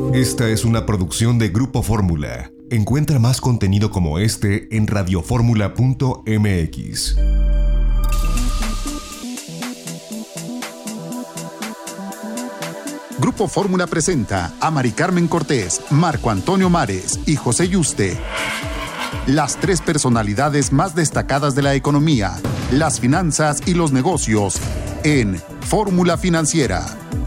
Esta es una producción de Grupo Fórmula. Encuentra más contenido como este en radioformula.mx. Grupo Fórmula presenta a Mari Carmen Cortés, Marco Antonio Mares y José Yuste. Las tres personalidades más destacadas de la economía, las finanzas y los negocios en Fórmula Financiera.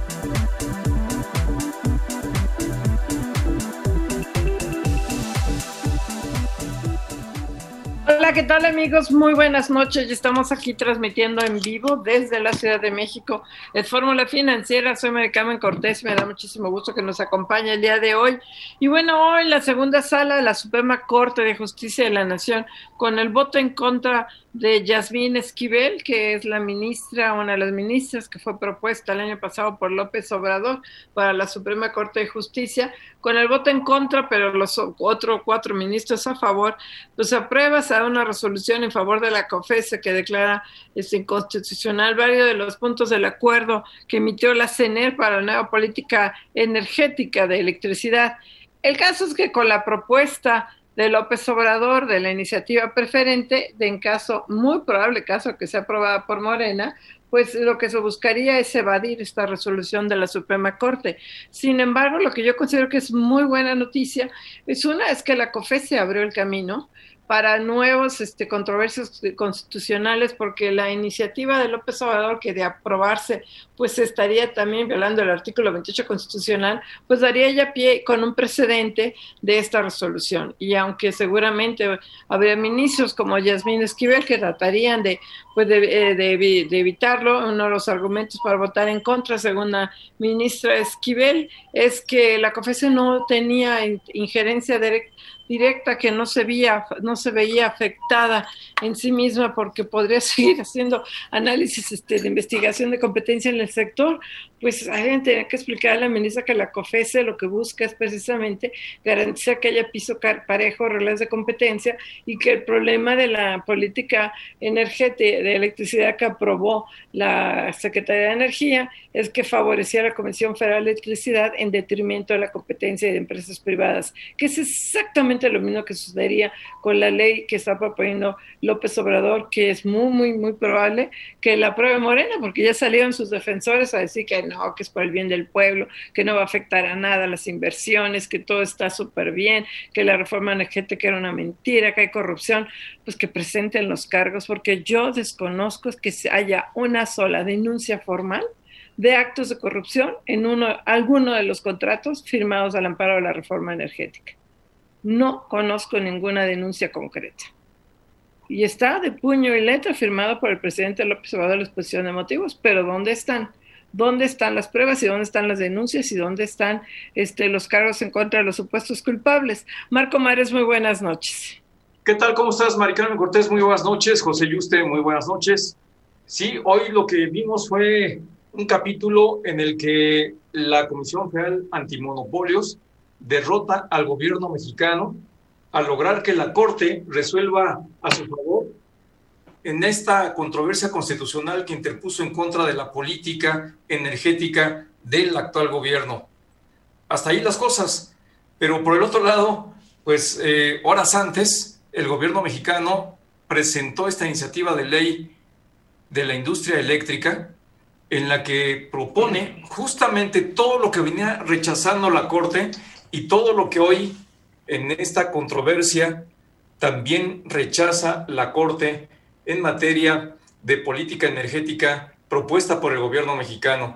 Hola, ¿qué tal amigos? Muy buenas noches. Ya estamos aquí transmitiendo en vivo desde la Ciudad de México. Es Fórmula Financiera, soy Mari Carmen Cortés, me da muchísimo gusto que nos acompañe el día de hoy. Y bueno, hoy la segunda sala de la Suprema Corte de Justicia de la Nación, con el voto en contra de Yasmín Esquivel, que es la ministra, una de las ministras que fue propuesta el año pasado por López Obrador para la Suprema Corte de Justicia, con el voto en contra, pero los otros 4 ministros a favor, pues aprueba una resolución en favor de la COFESE que declara inconstitucional varios de los puntos del acuerdo que emitió la CNER para la nueva política energética de electricidad. El caso es que con la propuesta de López Obrador de la iniciativa preferente, de en caso, muy probable caso que sea aprobada por Morena, pues lo que se buscaría es evadir esta resolución de la Suprema Corte. Sin embargo, lo que yo considero que es muy buena noticia es que la COFESE abrió el camino para nuevos controversias constitucionales, porque la iniciativa de López Obrador, que de aprobarse, pues estaría también violando el artículo 28 constitucional, pues daría ya pie con un precedente de esta resolución. Y aunque seguramente habría ministros como Yasmín Esquivel que tratarían de evitarlo, uno de los argumentos para votar en contra, según la ministra Esquivel, es que la COFESE no tenía injerencia directa, que no se veía afectada en sí misma, porque podría seguir haciendo análisis de investigación de competencia en el sector. Pues alguien tenía que explicar a la ministra que la COFESE lo que busca es precisamente garantizar que haya piso parejo, reglas de competencia, y que el problema de la política energética de electricidad que aprobó la Secretaría de Energía es que favorecía a la Comisión Federal de Electricidad en detrimento de la competencia de empresas privadas, que es exactamente lo mismo que sucedería con la ley que está proponiendo López Obrador, que es muy, muy probable que la apruebe Morena, porque ya salieron sus defensores a decir que no, que es por el bien del pueblo, que no va a afectar a nada las inversiones, que todo está súper bien, que la reforma energética era una mentira, que hay corrupción. Pues que presenten los cargos, porque yo desconozco que haya una sola denuncia formal de actos de corrupción en alguno de los contratos firmados al amparo de la reforma energética. No conozco ninguna denuncia concreta. Y está de puño y letra firmado por el presidente López Obrador en la exposición de motivos, pero ¿dónde están? ¿Dónde están las pruebas y dónde están las denuncias y dónde están los cargos en contra de los supuestos culpables? Marco Mares, muy buenas noches. ¿Qué tal? ¿Cómo estás, Mari Carmen Cortés? Muy buenas noches. José Yuste, muy buenas noches. Sí, hoy lo que vimos fue un capítulo en el que la Comisión Federal Antimonopolios derrota al gobierno mexicano al lograr que la Corte resuelva a su favor en esta controversia constitucional que interpuso en contra de la política energética del actual gobierno. Hasta ahí las cosas, pero por el otro lado, pues horas antes, el gobierno mexicano presentó esta iniciativa de ley de la industria eléctrica en la que propone justamente todo lo que venía rechazando la Corte y todo lo que hoy en esta controversia también rechaza la Corte en materia de política energética propuesta por el gobierno mexicano.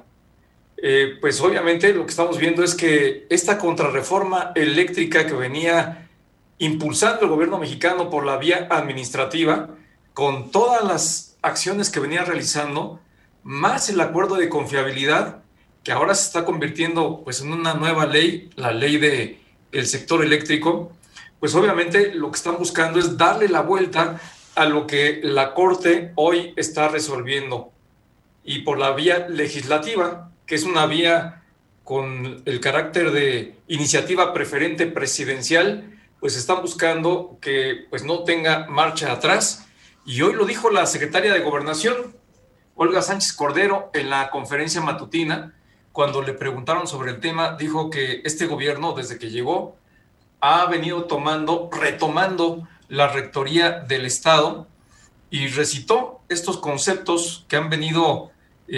Pues obviamente lo que estamos viendo es que esta contrarreforma eléctrica que venía impulsando el gobierno mexicano por la vía administrativa, con todas las acciones que venía realizando, más el acuerdo de confiabilidad, que ahora se está convirtiendo pues en una nueva ley, la ley del sector eléctrico, pues obviamente lo que están buscando es darle la vuelta a lo que la Corte hoy está resolviendo. Y por la vía legislativa, que es una vía con el carácter de iniciativa preferente presidencial, pues están buscando que pues no tenga marcha atrás. Y hoy lo dijo la secretaria de Gobernación, Olga Sánchez Cordero, en la conferencia matutina, cuando le preguntaron sobre el tema, dijo que este gobierno, desde que llegó, ha venido retomando la rectoría del Estado y recitó estos conceptos que han venido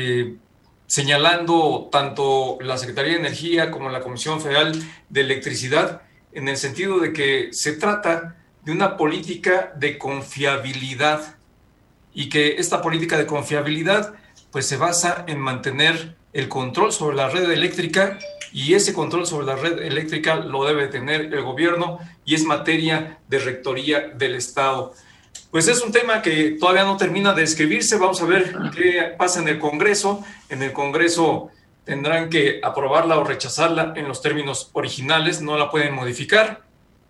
señalando tanto la Secretaría de Energía como la Comisión Federal de Electricidad, en el sentido de que se trata de una política de confiabilidad y que esta política de confiabilidad pues se basa en mantener el control sobre la red eléctrica, y ese control sobre la red eléctrica lo debe tener el gobierno y es materia de rectoría del Estado. Pues es un tema que todavía no termina de escribirse. Vamos a ver qué pasa en el Congreso. En el Congreso tendrán que aprobarla o rechazarla en los términos originales, no la pueden modificar,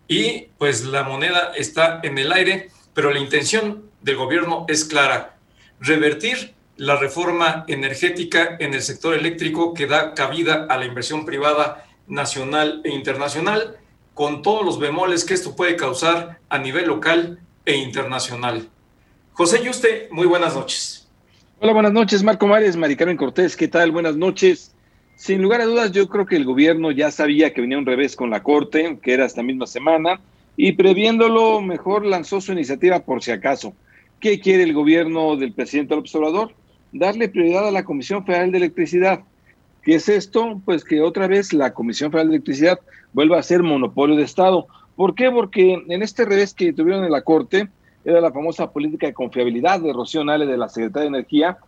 y pues la moneda está en el aire, pero la intención del gobierno es clara: revertir la reforma energética en el sector eléctrico que da cabida a la inversión privada nacional e internacional, con todos los bemoles que esto puede causar a nivel local e internacional. José Yuste, muy buenas noches. Hola, buenas noches, Marco Mares, Mari Carmen Cortés, ¿qué tal? Buenas noches. Sin lugar a dudas, yo creo que el gobierno ya sabía que venía un revés con la Corte, que era esta misma semana, y previéndolo, mejor lanzó su iniciativa por si acaso. ¿Qué quiere el gobierno del presidente López Obrador? Darle prioridad a la Comisión Federal de Electricidad. ¿Qué es esto? Pues que otra vez la Comisión Federal de Electricidad vuelva a ser monopolio de Estado. ¿Por qué? Porque en este revés que tuvieron en la Corte, era la famosa política de confiabilidad de Rocío Nale, de la Secretaría de Energía,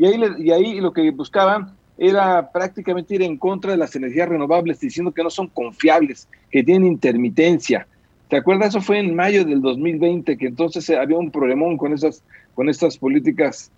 y ahí lo que buscaban era prácticamente ir en contra de las energías renovables, diciendo que no son confiables, que tienen intermitencia. ¿Te acuerdas? Eso fue en mayo del 2020, que entonces había un problemón con estas políticas,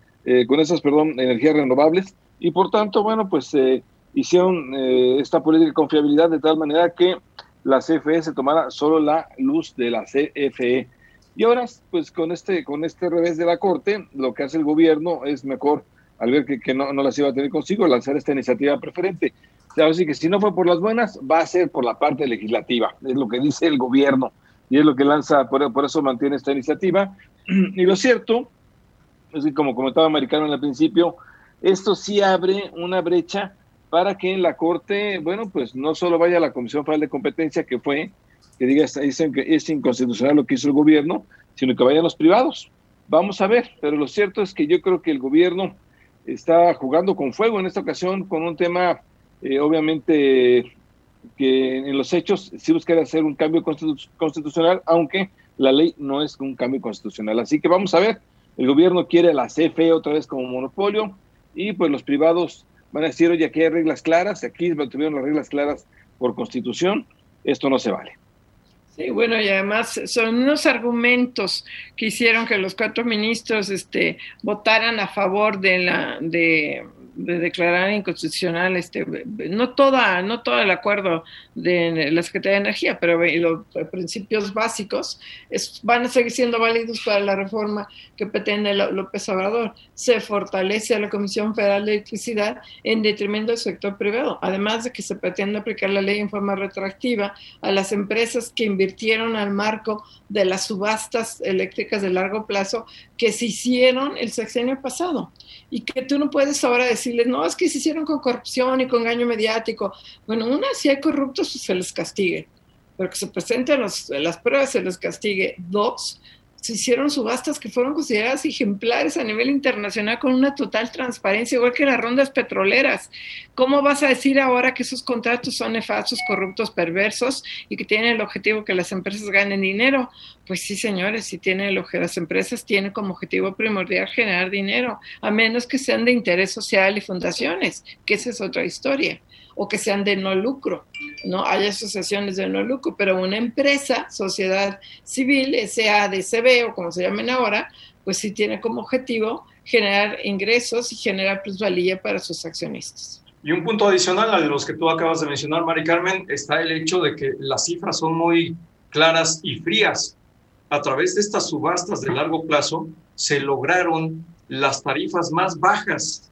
energías renovables, y por tanto, bueno, pues hicieron esta política de confiabilidad de tal manera que la CFE se tomara solo la luz de la CFE. Y ahora, pues con este revés de la Corte, lo que hace el gobierno es mejor, al ver que no las iba a tener consigo, lanzar esta iniciativa preferente. O sea, así que si no fue por las buenas, va a ser por la parte legislativa, es lo que dice el gobierno, y es lo que lanza, por eso mantiene esta iniciativa. Y lo cierto es que, como comentaba Mari Carmen al principio, esto sí abre una brecha para que en la Corte, bueno, pues no solo vaya a la Comisión Federal de Competencia, que dicen que es inconstitucional lo que hizo el gobierno, sino que vayan los privados. Vamos a ver, pero lo cierto es que yo creo que el gobierno está jugando con fuego en esta ocasión, con un tema, obviamente, que en los hechos sí buscará hacer un cambio constitucional, aunque la ley no es un cambio constitucional. Así que vamos a ver, el gobierno quiere a la CFE otra vez como monopolio, y pues los privados van a decir, oye, aquí hay reglas claras, aquí tuvieron las reglas claras por Constitución, esto no se vale. Sí, bueno, y además son unos argumentos que hicieron que los 4 ministros votaran a favor de declarar inconstitucional, no todo el acuerdo de la Secretaría de Energía, pero los principios básicos van a seguir siendo válidos para la reforma que pretende López Obrador. Se fortalece a la Comisión Federal de Electricidad en detrimento del sector privado, además de que se pretende aplicar la ley en forma retroactiva a las empresas que invirtieron al marco de las subastas eléctricas de largo plazo que se hicieron el sexenio pasado, y que tú no puedes ahora decirles, no, es que se hicieron con corrupción y con engaño mediático. Bueno, si hay corruptos, pues se les castigue, pero que se presenten las pruebas, se les castigue. 2, se hicieron subastas que fueron consideradas ejemplares a nivel internacional con una total transparencia, igual que las rondas petroleras. ¿Cómo vas a decir ahora que esos contratos son nefastos, corruptos, perversos y que tienen el objetivo que las empresas ganen dinero? Pues sí, señores, si las empresas tienen como objetivo primordial generar dinero, a menos que sean de interés social y fundaciones, que esa es otra historia, o que sean de no lucro, ¿no? Hay asociaciones de no lucro, pero una empresa, sociedad civil, SADCB o como se llamen ahora, pues sí tiene como objetivo generar ingresos y generar plusvalía para sus accionistas. Y un punto adicional a los que tú acabas de mencionar, Mari Carmen, está el hecho de que las cifras son muy claras y frías. A través de estas subastas de largo plazo se lograron las tarifas más bajas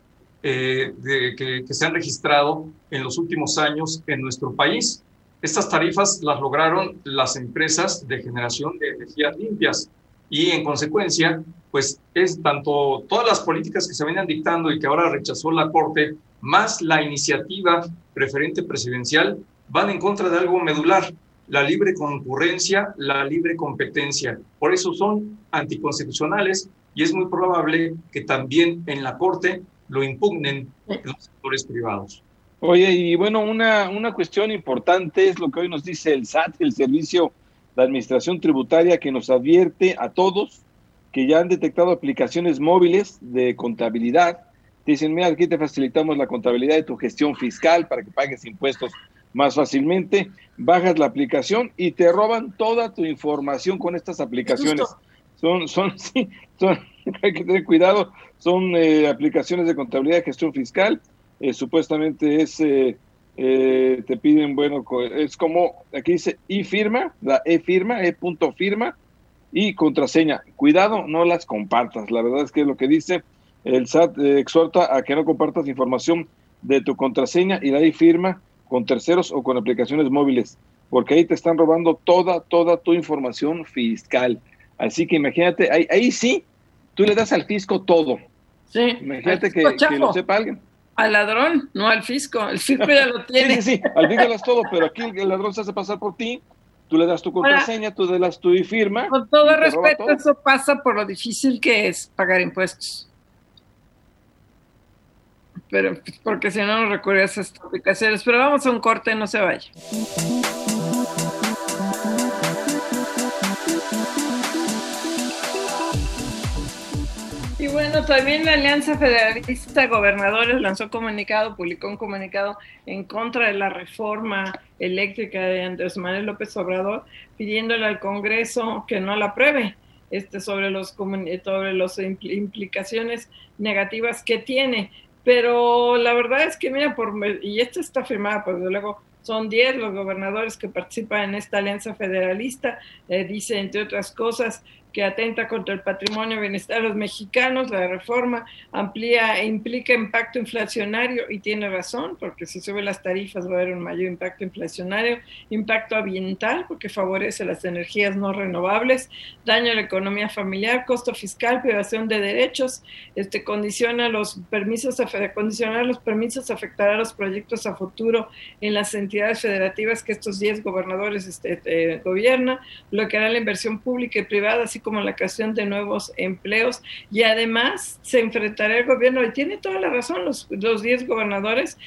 que se han registrado en los últimos años en nuestro país. Estas tarifas las lograron las empresas de generación de energías limpias y en consecuencia, pues es tanto todas las políticas que se venían dictando y que ahora rechazó la Corte, más la iniciativa preferente presidencial van en contra de algo medular: la libre concurrencia, la libre competencia. Por eso son anticonstitucionales y es muy probable que también en la Corte lo impugnen los sectores privados. Oye, y bueno, una cuestión importante es lo que hoy nos dice el SAT, el Servicio de Administración Tributaria, que nos advierte a todos que ya han detectado aplicaciones móviles de contabilidad. Dicen, mira, aquí te facilitamos la contabilidad de tu gestión fiscal para que pagues impuestos más fácilmente. Bajas la aplicación y te roban toda tu información con estas aplicaciones. Sí, hay que tener cuidado. Son aplicaciones de contabilidad y gestión fiscal. Supuestamente te piden, bueno, es como, aquí dice e-firma, la e-firma, e.firma y contraseña. Cuidado, no las compartas. La verdad es que es lo que dice el SAT. Exhorta a que no compartas información de tu contraseña y la e-firma con terceros o con aplicaciones móviles, porque ahí te están robando toda tu información fiscal. Así que imagínate, ahí sí, tú le das al fisco todo. Sí. Imagínate que lo sepa alguien. Al ladrón, no al fisco. El fisco ya lo tiene. Sí, al fisco le das todo, pero aquí el ladrón se hace pasar por ti, tú le das tu contraseña, tú le das tu firma. Con todo respeto, eso pasa por lo difícil que es pagar impuestos. Pero porque si no recurre a esas aplicaciones. Pero vamos a un corte, no se vaya. Y bueno, también la Alianza Federalista de Gobernadores publicó un comunicado en contra de la reforma eléctrica de Andrés Manuel López Obrador, pidiéndole al Congreso que no la apruebe, sobre las implicaciones negativas que tiene. Pero la verdad es que, mira, y esta está firmada, pues desde luego, son 10 los gobernadores que participan en esta alianza federalista. Dice, entre otras cosas, que atenta contra el patrimonio y bienestar de los mexicanos. La reforma implica impacto inflacionario, y tiene razón, porque si sube las tarifas va a haber un mayor impacto inflacionario, impacto ambiental, porque favorece las energías no renovables, daño a la economía familiar, costo fiscal, privación de derechos, condicionar los permisos afectará a los proyectos a futuro en las entidades federativas que estos 10 gobernadores gobiernan, bloqueará la inversión pública y privada, así como la creación de nuevos empleos, y además se enfrentará el gobierno, y tiene toda la razón los 10 gobernadores,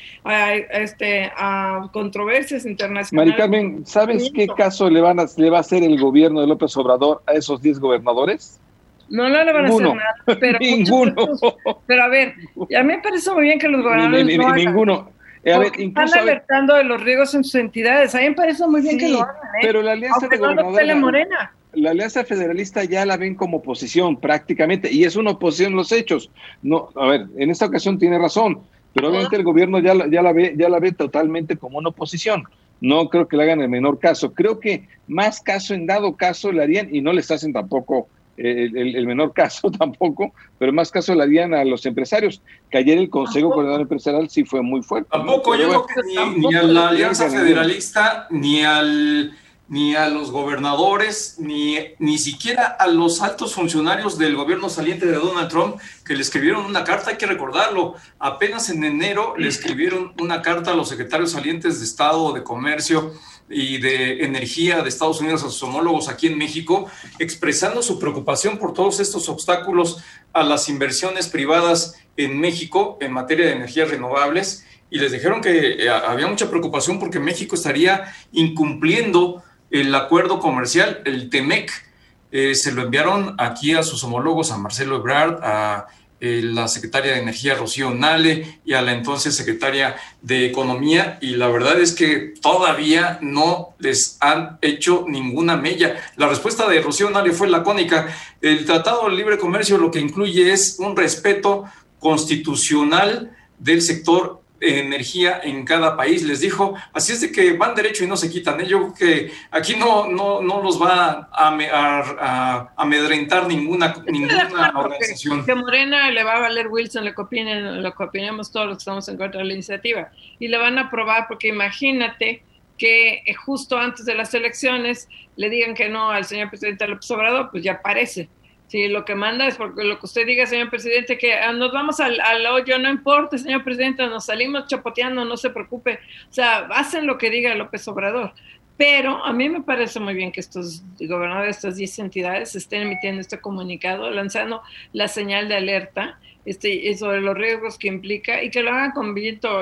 a controversias internacionales. Mari Carmen, ¿sabes qué caso le va a hacer el gobierno de López Obrador a esos 10 gobernadores? No le van a hacer nada, pero ninguno. Pero a ver, a mí me parece muy bien que los gobernadores ninguno. Están alertando de los riesgos en sus entidades. A mí me parece muy bien que lo hagan, pero la alianza de gobernadores, Morena. La alianza federalista ya la ven como oposición prácticamente, y es una oposición en los hechos. No, a ver, en esta ocasión tiene razón, pero obviamente el gobierno ya la ve totalmente como una oposición. No creo que le hagan el menor caso. Creo que más caso, en dado caso, le harían, y no les hacen tampoco el menor caso tampoco, pero más caso le harían a los empresarios, que ayer el Consejo Coordinador Empresarial sí fue muy fuerte. Tampoco, yo creo que ni a la Alianza Federalista, ni a los gobernadores, ni siquiera a los altos funcionarios del gobierno saliente de Donald Trump, que le escribieron una carta. Hay que recordarlo, apenas en enero le escribieron una carta a los secretarios salientes de Estado, de Comercio y de Energía de Estados Unidos, a sus homólogos aquí en México, expresando su preocupación por todos estos obstáculos a las inversiones privadas en México en materia de energías renovables, y les dijeron que había mucha preocupación porque México estaría incumpliendo el acuerdo comercial, el TEMEC. Se lo enviaron aquí a sus homólogos, a Marcelo Ebrard, a la secretaria de Energía, Rocío Nale, y a la entonces secretaria de Economía, y la verdad es que todavía no les han hecho ninguna mella. La respuesta de Rocío Nale fue lacónica: el Tratado de Libre Comercio lo que incluye es un respeto constitucional del sector energía en cada país, les dijo. Así es de que van derecho y no se quitan. Yo creo que aquí no los va a amedrentar ninguna organización. Que Morena le va a valer Wilson lo que opinemos todos los que estamos en contra de la iniciativa, y le van a aprobar, porque imagínate que justo antes de las elecciones le digan que no al señor presidente López Obrador, pues ya parece. Sí, lo que manda es porque lo que usted diga, señor presidente, que nos vamos al hoyo, no importa, señor presidente, nos salimos chapoteando, no se preocupe. O sea, hacen lo que diga López Obrador. Pero a mí me parece muy bien que estos gobernadores de estas 10 entidades estén emitiendo este comunicado, lanzando la señal de alerta sobre los riesgos que implica y que lo hagan con viento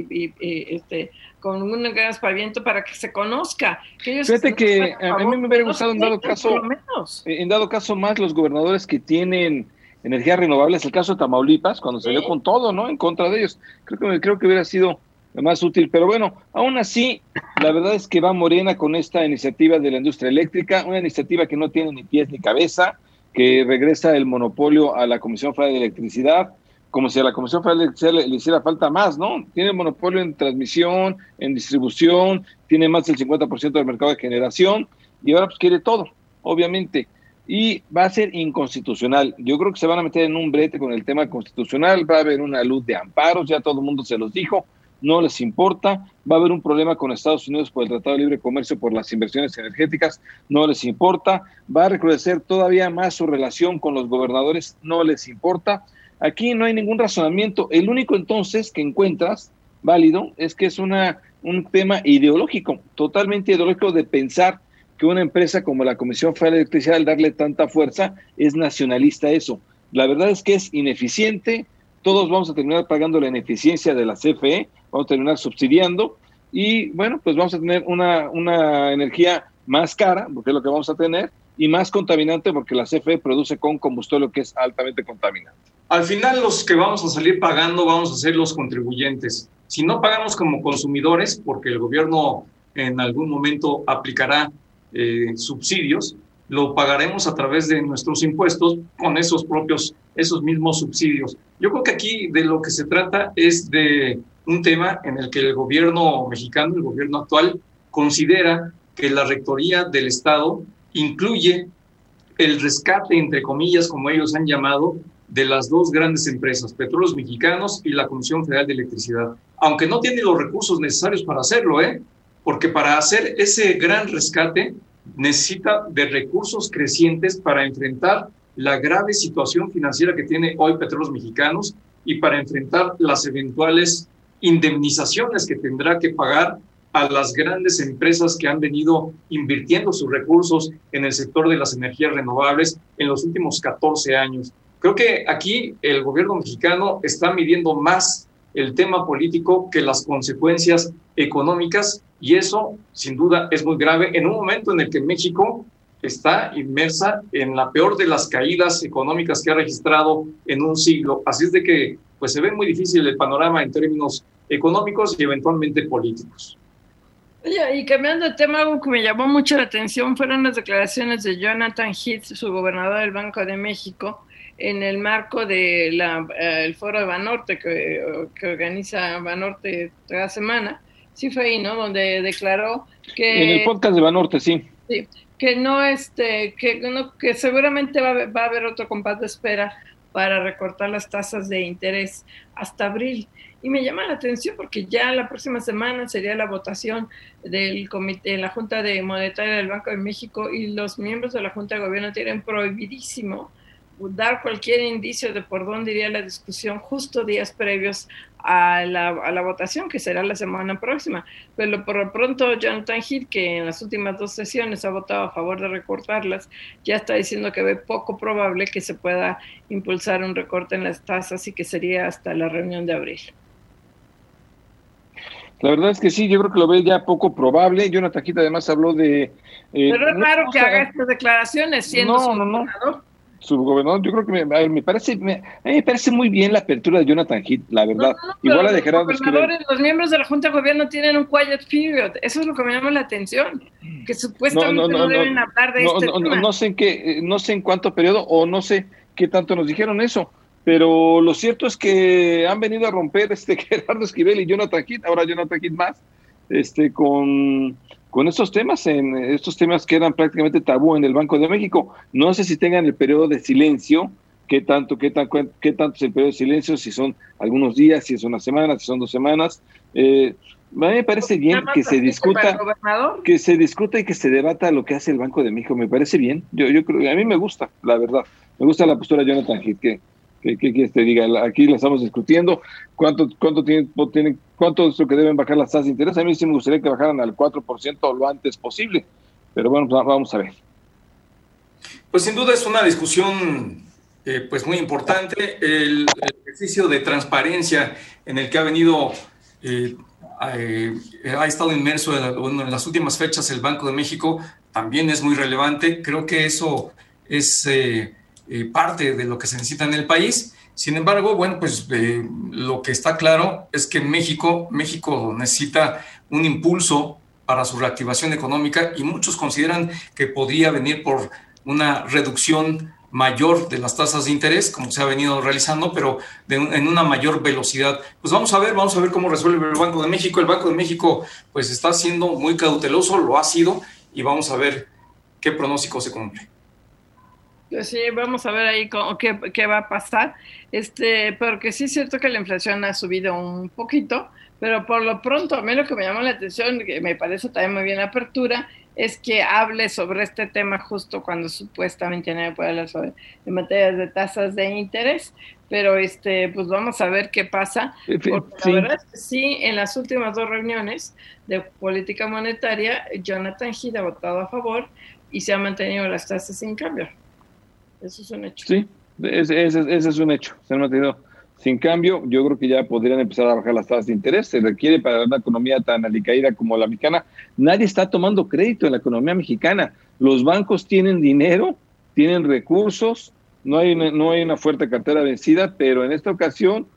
con un gran aspaviento para que se conozca. Fíjate que a mí me hubiera gustado en dado caso más los gobernadores que tienen energías renovables, el caso de Tamaulipas, cuando salió con todo, ¿no? En contra de ellos. Creo que hubiera sido más útil, pero bueno, aún así, la verdad es que va Morena con esta iniciativa de la industria eléctrica, una iniciativa que no tiene ni pies ni cabeza, que regresa el monopolio a la Comisión Federal de Electricidad, como si a la Comisión Federal de Electricidad le hiciera falta más, ¿no? Tiene monopolio en transmisión, en distribución, tiene más del 50% del mercado de generación, y ahora pues quiere todo, obviamente, y va a ser inconstitucional. Yo creo que se van a meter en un brete con el tema constitucional, va a haber una luz de amparos, ya todo el mundo se los dijo, no les importa, va a haber un problema con Estados Unidos por el Tratado de Libre Comercio por las inversiones energéticas, no les importa, va a recrudecer todavía más su relación con los gobernadores, no les importa. Aquí no hay ningún razonamiento, el único entonces que encuentras válido es que es un tema ideológico, totalmente ideológico, de pensar que una empresa como la Comisión Federal de Electricidad, al darle tanta fuerza, es nacionalista eso. La verdad es que es ineficiente, todos vamos a terminar pagando la ineficiencia de la CFE, vamos a terminar subsidiando y bueno, pues vamos a tener una energía más cara, porque es lo que vamos a tener, y más contaminante porque la CFE produce con combustible que es altamente contaminante. Al final los que vamos a salir pagando vamos a ser los contribuyentes. Si no pagamos como consumidores, porque el gobierno en algún momento aplicará subsidios, lo pagaremos a través de nuestros impuestos con esos mismos subsidios. Yo creo que aquí de lo que se trata es de un tema en el que el gobierno mexicano, el gobierno actual, considera que la rectoría del Estado incluye el rescate, entre comillas, como ellos han llamado, de las dos grandes empresas, Petróleos Mexicanos y la Comisión Federal de Electricidad, aunque no tiene los recursos necesarios para hacerlo, porque para hacer ese gran rescate necesita de recursos crecientes para enfrentar la grave situación financiera que tiene hoy Petróleos Mexicanos y para enfrentar las eventuales indemnizaciones que tendrá que pagar a las grandes empresas que han venido invirtiendo sus recursos en el sector de las energías renovables en los últimos 14 años. Creo que aquí el gobierno mexicano está midiendo más el tema político que las consecuencias económicas, y eso sin duda es muy grave en un momento en el que México está inmersa en la peor de las caídas económicas que ha registrado en un siglo. Así es de que pues se ve muy difícil el panorama en términos económicos y eventualmente políticos. Oye, y cambiando de tema, algo que me llamó mucho la atención fueron las declaraciones de Jonathan Heath, su gobernador del Banco de México, en el marco de el foro de Banorte que organiza Banorte cada semana. Sí fue ahí, ¿no? Donde declaró que... En el podcast de Banorte, sí. Sí, que seguramente va a haber otro compás de espera para recortar las tasas de interés hasta abril. Y me llama la atención porque ya la próxima semana sería la votación del comité en la Junta Monetaria del Banco de México, y los miembros de la Junta de Gobierno tienen prohibidísimo dar cualquier indicio de por dónde iría la discusión justo días previos a la votación, que será la semana próxima. Pero por lo pronto Jonathan Heath, que en las últimas 2 sesiones ha votado a favor de recortarlas, ya está diciendo que ve poco probable que se pueda impulsar un recorte en las tasas y que sería hasta la reunión de abril. La verdad es que sí, yo creo que lo ve ya poco probable. Jonathan Heath además habló de... Pero es raro que haga estas declaraciones siendo gobernador. Subgobernador, yo creo que me parece muy bien la apertura de Jonathan Heath, la verdad. Igual la de Gerardo Esquivel. Los miembros de la Junta de Gobierno tienen un quiet period, eso es lo que me llama la atención, que supuestamente no deben hablar de este tema. No sé en cuánto periodo, o no sé qué tanto nos dijeron eso, pero lo cierto es que han venido a romper Gerardo Esquivel y Jonathan Heath, ahora Jonathan Heath más, con estos temas que eran prácticamente tabú en el Banco de México. No sé si tengan el periodo de silencio, qué tanto es el periodo de silencio, si son algunos días, si es una semana, si son 2 semanas, A mí me parece bien que se discuta y que se debata lo que hace el Banco de México. Me parece bien. Yo creo, a mí me gusta, la verdad. Me gusta la postura de Jonathan Heath, que quieres te diga. Aquí la estamos discutiendo. ¿Cuánto es lo que deben bajar las tasas de interés? A mí sí me gustaría que bajaran al 4% lo antes posible. Pero bueno, pues vamos a ver. Pues sin duda es una discusión pues muy importante. El ejercicio de transparencia en el que ha venido... ha estado inmerso en las últimas fechas el Banco de México también es muy relevante. Creo que eso es parte de lo que se necesita en el país. Sin embargo, bueno, pues lo que está claro es que México necesita un impulso para su reactivación económica y muchos consideran que podría venir por una reducción mayor de las tasas de interés, como se ha venido realizando, pero en una mayor velocidad. Pues vamos a ver cómo resuelve el Banco de México. El Banco de México pues está siendo muy cauteloso, lo ha sido, y vamos a ver qué pronóstico se cumple. Pues sí, vamos a ver ahí qué va a pasar, porque sí es cierto que la inflación ha subido un poquito, pero por lo pronto a mí lo que me llama la atención, que me parece también muy bien la apertura, es que hable sobre este tema justo cuando supuestamente nadie puede hablar sobre en materia de tasas de interés, pero pues vamos a ver qué pasa, porque sí. La verdad es que sí, en las últimas 2 reuniones de política monetaria, Jonathan Heath ha votado a favor y se han mantenido las tasas sin cambio. Eso es un hecho. Sí, ese es un hecho, se han mantenido sin cambio. Yo creo que ya podrían empezar a bajar las tasas de interés. Se requiere para una economía tan alicaída como la mexicana. Nadie está tomando crédito en la economía mexicana. Los bancos tienen dinero, tienen recursos, no hay una fuerte cartera vencida, pero en esta ocasión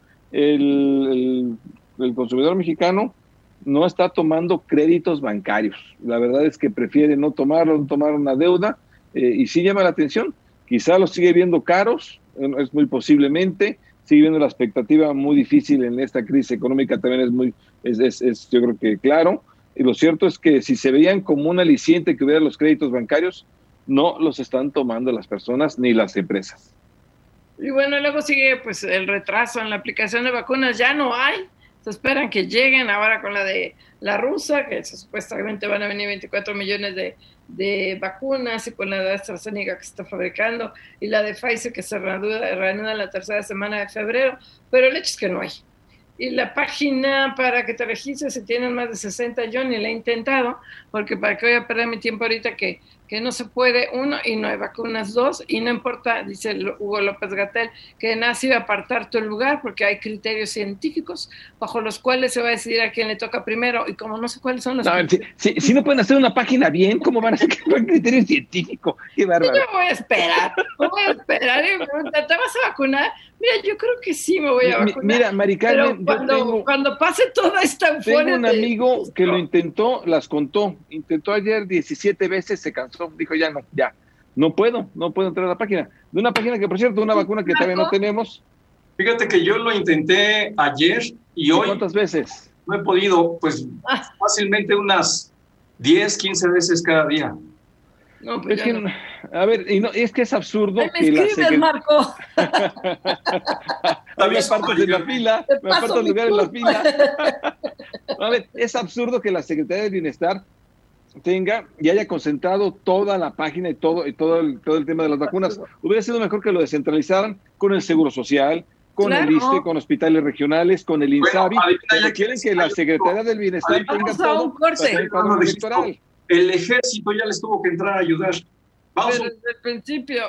el consumidor mexicano no está tomando créditos bancarios. La verdad es que prefiere no tomar una deuda y sí llama la atención. Quizá los sigue viendo caros, es muy posiblemente, sigue viendo la expectativa muy difícil en esta crisis económica, también es yo creo que claro, y lo cierto es que si se veían como un aliciente que hubiera los créditos bancarios, no los están tomando las personas ni las empresas. Y bueno, luego sigue pues el retraso en la aplicación de vacunas, ya no hay, se esperan que lleguen ahora con la de la rusa, que supuestamente van a venir 24 millones de vacunas, y con la de AstraZeneca que se está fabricando, y la de Pfizer que se reanuda la tercera semana de febrero, pero el hecho es que no hay. Y la página para que te registres, si tienen más de 60, yo ni la he intentado, porque para qué voy a perder mi tiempo ahorita que no se puede, 1, y no hay vacunas, 2, y no importa, dice Hugo López-Gatell, que nada se iba a apartar tu lugar, porque hay criterios científicos bajo los cuales se va a decidir a quién le toca primero, y como no sé cuáles son los criterios. Si no pueden hacer una página bien, ¿cómo van a hacer un criterio científico? Qué bárbaro. Yo voy a esperar, y me preguntan, ¿te vas a vacunar? Mira, yo creo que sí me voy a vacunar. Mira, Mari Carmen, pero cuando pase toda esta euforia... Tengo un amigo que lo intentó, intentó ayer 17 veces, se cansó, dijo ya no puedo entrar a la página. De una página que, por cierto, una vacuna que todavía no tenemos. Fíjate que yo lo intenté ayer y hoy... ¿Cuántas veces? No he podido, pues fácilmente unas 10, 15 veces cada día. No, pues es que, no. A ver, es que es absurdo. Me escribes, Marco. Me apartas de la fila, me apartas lugar en la fila. A ver, es absurdo que la Secretaría de Bienestar tenga y haya concentrado toda la página y todo el tema de las vacunas. Hubiera sido mejor que lo descentralizaran con el Seguro Social, con el ISSSTE, con hospitales regionales, con el INSABI. Quieren que la Secretaría del Bienestar tenga todo para el padrón electoral. El ejército ya les tuvo que entrar a ayudar. Vamos. Pero desde el principio.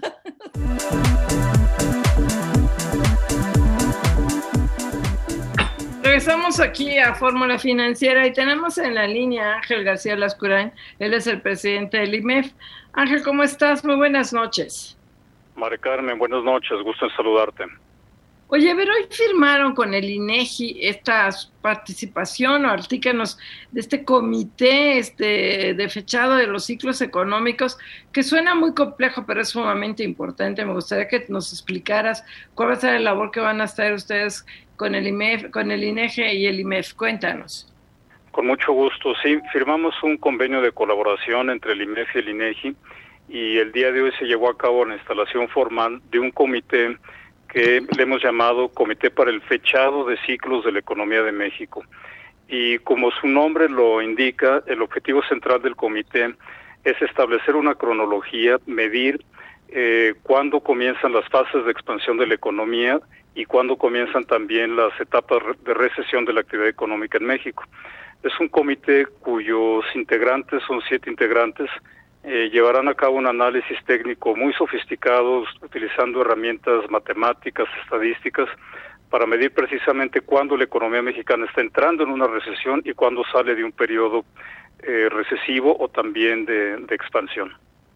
Regresamos aquí a Fórmula Financiera y tenemos en la línea a Ángel García Lascurain. Él es el presidente del IMEF. Ángel, ¿cómo estás? Muy buenas noches. Mari Carmen, buenas noches. Gusto en saludarte. Oye, pero hoy firmaron con el INEGI esta participación, o artículos de este comité de fechado de los ciclos económicos, que suena muy complejo, pero es sumamente importante. Me gustaría que nos explicaras cuál va a ser la labor que van a hacer ustedes con el IMEF, con el INEGI y el IMEF. Cuéntanos. Con mucho gusto. Sí, firmamos un convenio de colaboración entre el IMEF y el INEGI, y el día de hoy se llevó a cabo la instalación formal de un comité que le hemos llamado Comité para el Fechado de Ciclos de la Economía de México. y como su nombre lo indica, el objetivo central del comité es establecer una cronología, medir cuándo comienzan las fases de expansión de la economía y cuándo comienzan también las etapas de recesión de la actividad económica en México. Es un comité cuyos integrantes, son 7 integrantes, llevarán a cabo un análisis técnico muy sofisticado, utilizando herramientas matemáticas, estadísticas, para medir precisamente cuándo la economía mexicana está entrando en una recesión y cuándo sale de un periodo recesivo o también de expansión.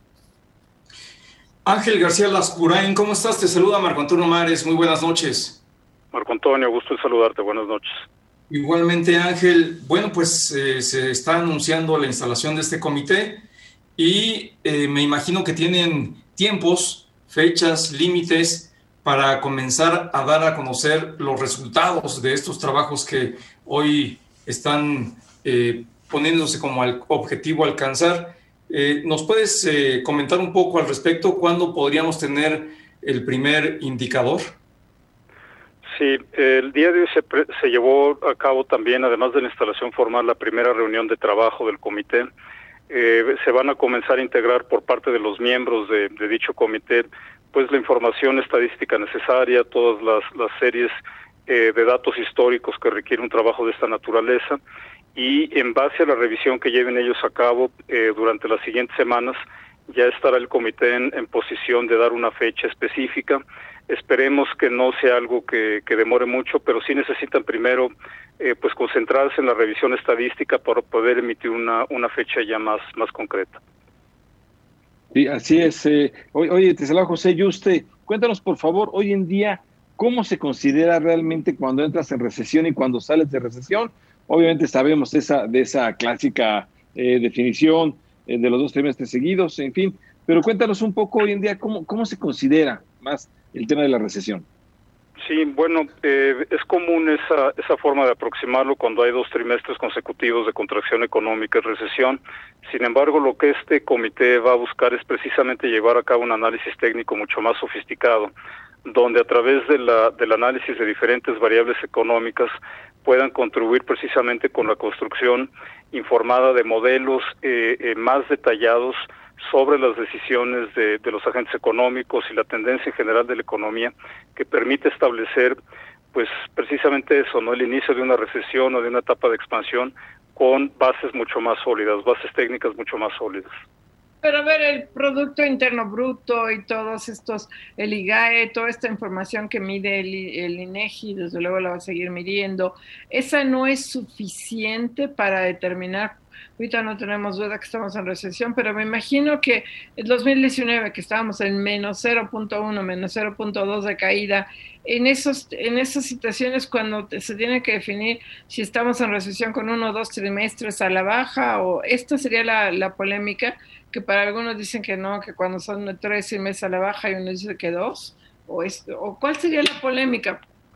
Ángel García Lascurain, ¿cómo estás? Te saluda Marco Antonio Mares, muy buenas noches. Marco Antonio, gusto en saludarte, buenas noches. Igualmente, Ángel. Bueno, pues se está anunciando la instalación de este comité y me imagino que tienen tiempos, fechas, límites para comenzar a dar a conocer los resultados de estos trabajos que hoy están poniéndose como objetivo alcanzar. ¿Nos puedes comentar un poco al respecto? ¿Cuándo podríamos tener el primer indicador? Sí, el día de hoy se llevó a cabo también, además de la instalación formal, la primera reunión de trabajo del comité. Se van a comenzar a integrar por parte de los miembros de dicho comité pues la información estadística necesaria, todas las series de datos históricos que requiere un trabajo de esta naturaleza, y en base a la revisión que lleven ellos a cabo durante las siguientes semanas, ya estará el comité en posición de dar una fecha específica. Esperemos que no sea algo que demore mucho, pero sí necesitan primero pues concentrarse en la revisión estadística para poder emitir una fecha ya más concreta. Sí, así es. Oye, te saluda José Yuste. Cuéntanos, por favor, hoy en día, ¿cómo se considera realmente cuando entras en recesión y cuando sales de recesión? Obviamente sabemos de esa clásica definición de los 2 trimestres seguidos, en fin, pero cuéntanos un poco hoy en día cómo se considera más el tema de la recesión. Sí, bueno, es común esa forma de aproximarlo cuando hay 2 trimestres consecutivos de contracción económica y recesión. Sin embargo, lo que este comité va a buscar es precisamente llevar a cabo un análisis técnico mucho más sofisticado, donde a través del análisis de diferentes variables económicas puedan contribuir precisamente con la construcción informada de modelos más detallados sobre las decisiones de los agentes económicos y la tendencia en general de la economía, que permite establecer pues precisamente eso, ¿no? El inicio de una recesión o de una etapa de expansión con bases mucho más sólidas, bases técnicas mucho más sólidas. Pero a ver, el Producto Interno Bruto y todos estos, el IGAE, toda esta información que mide el INEGI, desde luego la va a seguir midiendo, ¿esa no es suficiente para determinar? Ahorita no tenemos duda que estamos en recesión, pero me imagino que en 2019, que estábamos en menos 0.1, menos 0.2 de caída, en esas situaciones cuando se tiene que definir si estamos en recesión con 1 o 2 trimestres a la baja, o esta sería la polémica, que para algunos dicen que no, que cuando son 3 meses a la baja y uno dice que 2, o ¿cuál sería la polémica?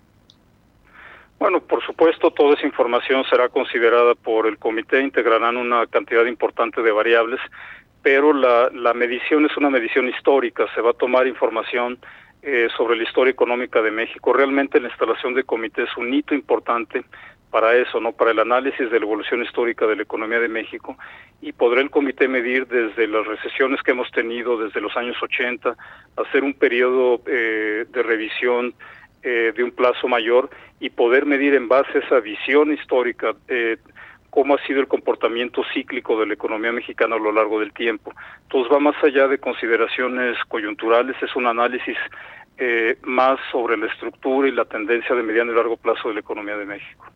Bueno, por supuesto, toda esa información será considerada por el comité, integrarán una cantidad importante de variables, pero la medición es una medición histórica, se va a tomar información sobre la historia económica de México. Realmente la instalación de comité es un hito importante para eso, ¿no? Para el análisis de la evolución histórica de la economía de México, y podrá el comité medir desde las recesiones que hemos tenido desde los años 80, hacer un periodo de revisión de un plazo mayor y poder medir en base a esa visión histórica cómo ha sido el comportamiento cíclico de la economía mexicana a lo largo del tiempo. Entonces va más allá de consideraciones coyunturales, es un análisis más sobre la estructura y la tendencia de mediano y largo plazo de la economía de México.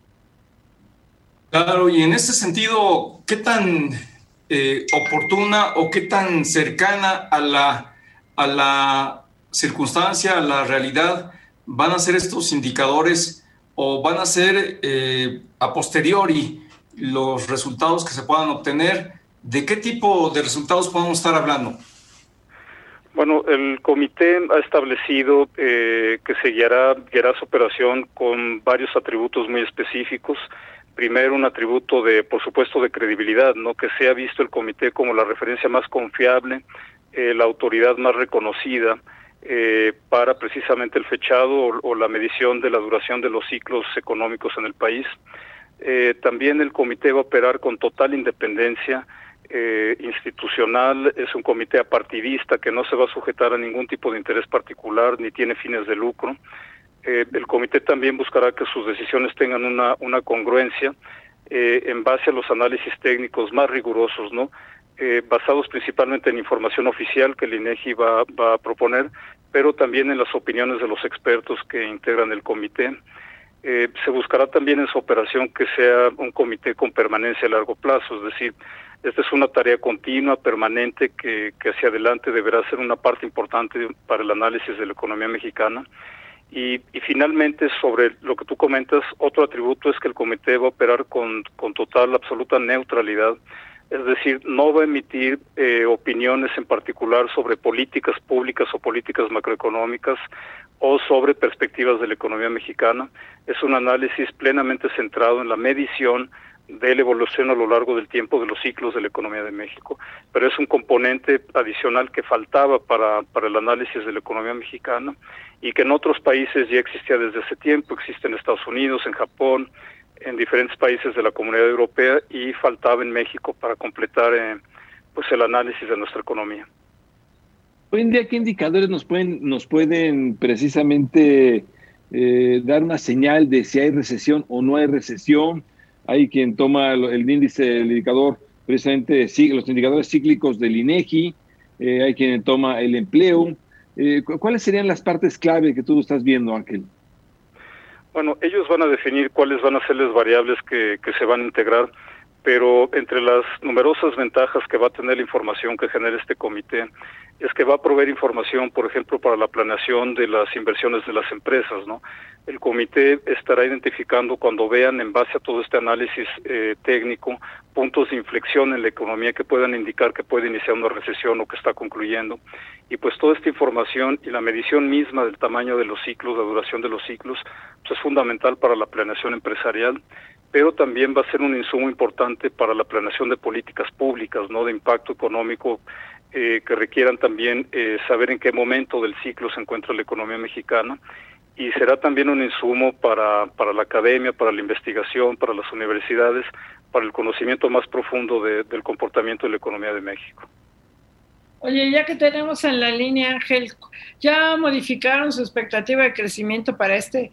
Claro, y en este sentido, ¿qué tan oportuna o qué tan cercana a la circunstancia, a la realidad, van a ser estos indicadores, o van a ser a posteriori los resultados que se puedan obtener? ¿De qué tipo de resultados podemos estar hablando? Bueno, el comité ha establecido que se guiará su operación con varios atributos muy específicos. Primero, un atributo por supuesto, de credibilidad, ¿no? Que sea visto el comité como la referencia más confiable, la autoridad más reconocida para precisamente el fechado o la medición de la duración de los ciclos económicos en el país. También el comité va a operar con total independencia institucional. Es un comité apartidista que no se va a sujetar a ningún tipo de interés particular ni tiene fines de lucro. El comité también buscará que sus decisiones tengan una congruencia en base a los análisis técnicos más rigurosos, ¿no? Basados principalmente en información oficial que el INEGI va a proponer, pero también en las opiniones de los expertos que integran el comité. Se buscará también en su operación que sea un comité con permanencia a largo plazo, es decir, esta es una tarea continua, permanente, que hacia adelante deberá ser una parte importante para el análisis de la economía mexicana. Y finalmente, sobre lo que tú comentas, otro atributo es que el comité va a operar con total, absoluta neutralidad, es decir, no va a emitir opiniones en particular sobre políticas públicas o políticas macroeconómicas o sobre perspectivas de la economía mexicana. Es un análisis plenamente centrado en la medición de la evolución a lo largo del tiempo de los ciclos de la economía de México, pero es un componente adicional que faltaba para el análisis de la economía mexicana y que en otros países ya existía desde hace tiempo. Existe en Estados Unidos, en Japón, en diferentes países de la Comunidad Europea, y faltaba en México para completar pues el análisis de nuestra economía. Hoy en día, ¿qué indicadores nos pueden precisamente dar una señal de si hay recesión o no hay recesión? Hay quien toma el índice, el indicador, precisamente los indicadores cíclicos del INEGI, hay quien toma el empleo. ¿Cuáles serían las partes clave que tú estás viendo, Ángel? Bueno, ellos van a definir cuáles van a ser las variables que se van a integrar, pero entre las numerosas ventajas que va a tener la información que genera este comité es que va a proveer información, por ejemplo, para la planeación de las inversiones de las empresas, ¿no? El comité estará identificando, cuando vean en base a todo este análisis técnico, puntos de inflexión en la economía que puedan indicar que puede iniciar una recesión o que está concluyendo. Y pues toda esta información y la medición misma del tamaño de los ciclos, la duración de los ciclos, pues es fundamental para la planeación empresarial, pero también va a ser un insumo importante para la planeación de políticas públicas, ¿no? De impacto económico, que requieran también saber en qué momento del ciclo se encuentra la economía mexicana, y será también un insumo para la academia, para la investigación, para las universidades, para el conocimiento más profundo del comportamiento de la economía de México. Oye, ya que tenemos en la línea, Ángel, ¿ya modificaron su expectativa de crecimiento para este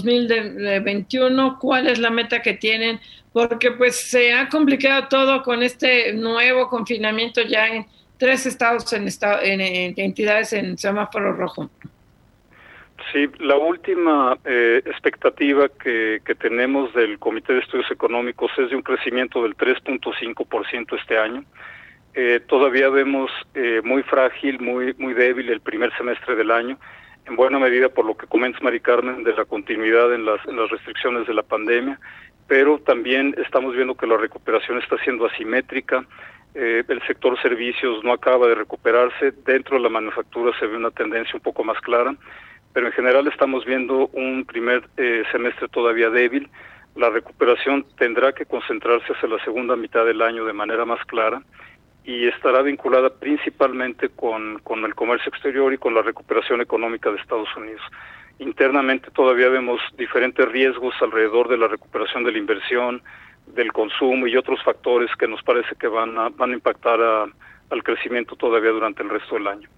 2021? ¿Cuál es la meta que tienen? Porque pues se ha complicado todo con este nuevo confinamiento ya en 3 estados, en entidades en semáforo rojo. Sí, la última expectativa que tenemos del Comité de Estudios Económicos es de un crecimiento del 3.5% este año. Todavía vemos muy frágil, muy débil el primer semestre del año, en buena medida por lo que comentas, Mari Carmen, de la continuidad en las restricciones de la pandemia, pero también estamos viendo que la recuperación está siendo asimétrica. El sector servicios no acaba de recuperarse, dentro de la manufactura se ve una tendencia un poco más clara, pero en general estamos viendo un primer semestre todavía débil. La recuperación tendrá que concentrarse hacia la segunda mitad del año de manera más clara, y estará vinculada principalmente con el comercio exterior y con la recuperación económica de Estados Unidos. Internamente todavía vemos diferentes riesgos alrededor de la recuperación de la inversión, del consumo y otros factores que nos parece que van a impactar al crecimiento todavía durante el resto del año.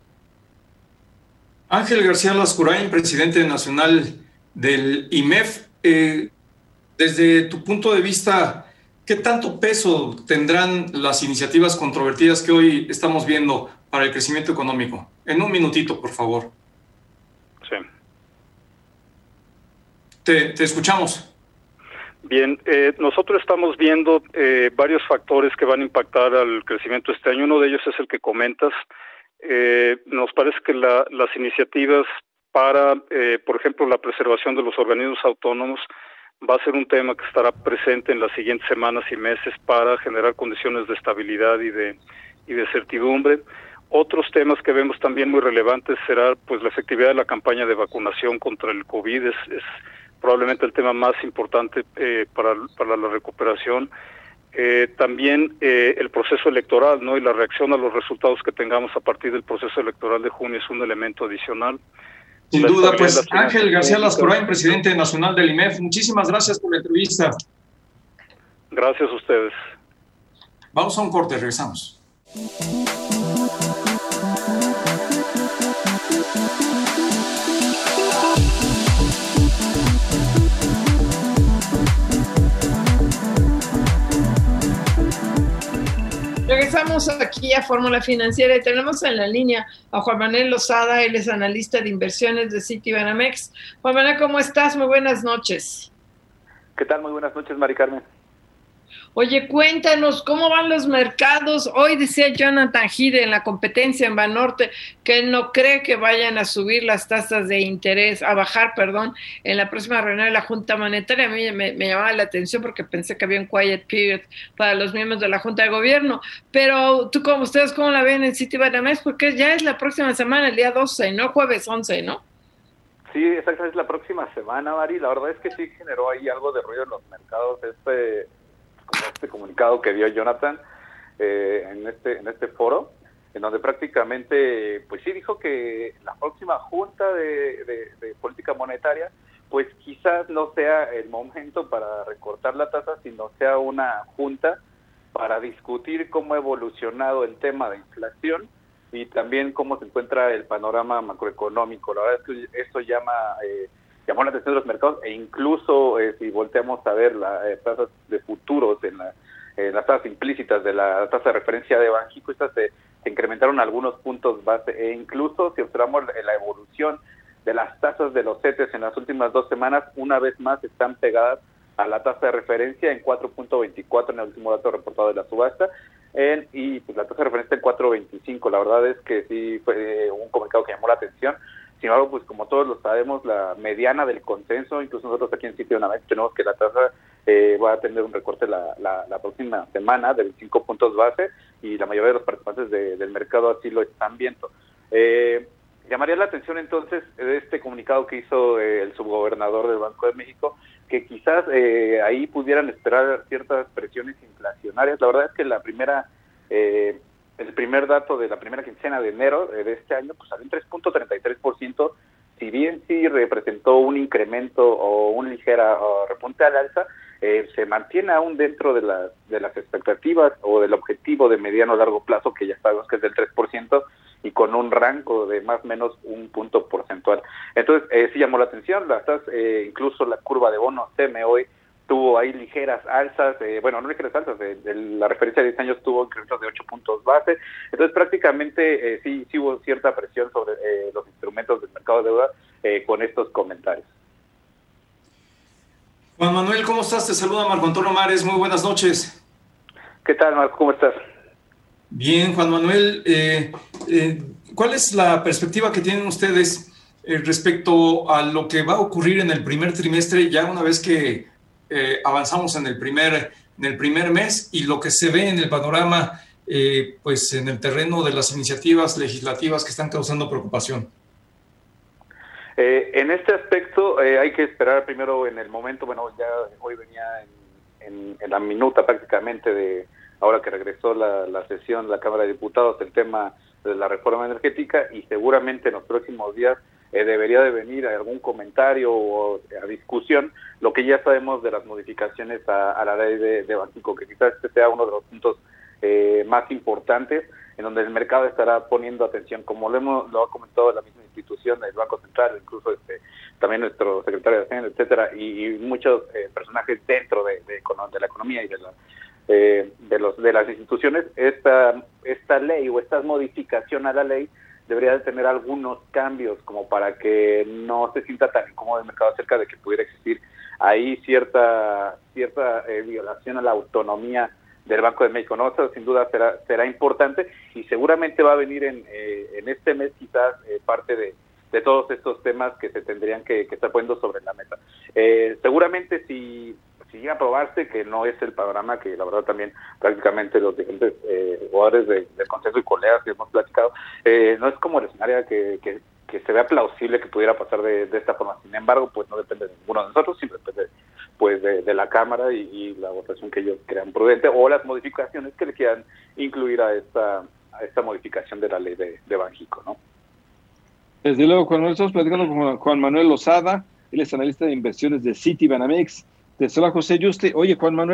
Ángel García Lascurain, presidente nacional del IMEF, desde tu punto de vista, ¿qué tanto peso tendrán las iniciativas controvertidas que hoy estamos viendo para el crecimiento económico? En un minutito, por favor. Sí. Te escuchamos. Bien, nosotros estamos viendo varios factores que van a impactar al crecimiento este año. Uno de ellos es el que comentas. Nos parece que las iniciativas para, por ejemplo, la preservación de los organismos autónomos va a ser un tema que estará presente en las siguientes semanas y meses para generar condiciones de estabilidad y de certidumbre. Otros temas que vemos también muy relevantes será pues la efectividad de la campaña de vacunación contra el COVID. Es probablemente el tema más importante para la recuperación. También el proceso electoral, ¿no? Y la reacción a los resultados que tengamos a partir del proceso electoral de junio es un elemento adicional. Sin duda, pues Ángel García Lascurain, presidente nacional del IMEF, muchísimas gracias por la entrevista. Gracias a ustedes. Vamos a un corte, regresamos. Regresamos aquí a Fórmula Financiera y tenemos en la línea a Juan Manuel Lozada, él es analista de inversiones de Citibanamex. Juan Manuel, ¿cómo estás? Muy buenas noches. ¿Qué tal? Muy buenas noches, Mari Carmen. Oye, cuéntanos, ¿cómo van los mercados? Hoy decía Jonathan Heath en la competencia en Banorte que él no cree que vayan a subir las tasas de interés, a bajar, perdón, en la próxima reunión de la Junta Monetaria. A mí me llamaba la atención porque pensé que había un quiet period para los miembros de la Junta de Gobierno. Pero tú, ustedes, ¿cómo la ven en Citibanamex? Porque ya es la próxima semana, el día 12, ¿no? Jueves 11, ¿no? Sí, exactamente, es la próxima semana, Mari. La verdad es que sí generó ahí algo de ruido en los mercados este comunicado que dio Jonathan en este foro, en donde prácticamente, pues sí dijo que la próxima junta de política monetaria, pues quizás no sea el momento para recortar la tasa, sino sea una junta para discutir cómo ha evolucionado el tema de inflación y también cómo se encuentra el panorama macroeconómico. La verdad es que eso llamó la atención de los mercados, e incluso si volteamos a ver las tasas de futuros en las tasas implícitas de la tasa de referencia de Banxico, estas se incrementaron algunos puntos base, e incluso si observamos la evolución de las tasas de los CETES en las últimas 2 semanas, una vez más están pegadas a la tasa de referencia en 4.24 en el último dato reportado de la subasta, y pues la tasa de referencia en 4.25. La verdad es que sí fue un comunicado que llamó la atención. Sin embargo, pues como todos lo sabemos, la mediana del consenso, incluso nosotros aquí en Citibanamex tenemos que la tasa va a tener un recorte la próxima semana de 25 puntos base, y la mayoría de los participantes del mercado así lo están viendo. Llamaría la atención entonces de este comunicado que hizo el subgobernador del Banco de México, que quizás ahí pudieran esperar ciertas presiones inflacionarias. La verdad es que el primer dato de la primera quincena de enero de este año pues salió en 3.33%, si bien sí representó un incremento o un ligera repunte al alza, se mantiene aún dentro de las expectativas o del objetivo de mediano a largo plazo, que ya sabemos que es del 3%, y con un rango de más o menos un punto porcentual. Entonces, sí llamó la atención, incluso la curva de bonos CME hoy tuvo ahí ligeras alzas, no ligeras alzas, la referencia de 10 años tuvo incrementos de 8 puntos base. Entonces prácticamente sí hubo cierta presión sobre los instrumentos del mercado de deuda con estos comentarios. Juan Manuel, ¿cómo estás? Te saluda Marco Antonio Mares, muy buenas noches. ¿Qué tal, Marco? ¿Cómo estás? Bien, Juan Manuel, ¿cuál es la perspectiva que tienen ustedes respecto a lo que va a ocurrir en el primer trimestre, ya una vez que avanzamos en el primer mes, y lo que se ve en el panorama, pues en el terreno de las iniciativas legislativas que están causando preocupación? En este aspecto hay que esperar primero en el momento. Ya hoy venía en la minuta prácticamente de ahora que regresó la sesión de la Cámara de Diputados, el tema de la reforma energética, y seguramente en los próximos días debería de venir algún comentario o a discusión lo que ya sabemos de las modificaciones a la ley de Banxico, que quizás este sea uno de los puntos más importantes en donde el mercado estará poniendo atención, como lo ha comentado la misma institución, el Banco Central, incluso también nuestro secretario de Hacienda, etcétera, y muchos personajes dentro de la economía y de las instituciones. Esta ley o esta modificación a la ley debería de tener algunos cambios como para que no se sienta tan incómodo el mercado acerca de que pudiera existir ahí cierta violación a la autonomía del Banco de México, ¿no? Eso sin duda será importante, y seguramente va a venir en este mes quizás parte de todos estos temas que se tendrían que estar poniendo sobre la mesa. Seguramente si llega a aprobarse, que no es el panorama que la verdad también prácticamente los diferentes jugadores del consenso y colegas que hemos platicado, no es como el escenario que se vea plausible que pudiera pasar de esta forma. Sin embargo, pues no depende de ninguno de nosotros, siempre depende pues de la Cámara y la votación que ellos crean prudente, o las modificaciones que le quieran incluir a esta modificación de la ley de Banxico, ¿no? Desde luego, Juan Manuel, estamos platicando con Juan Manuel Lozada, él es analista de inversiones de Citibanamex. Te saluda José Yuste. Oye, Juan Manuel,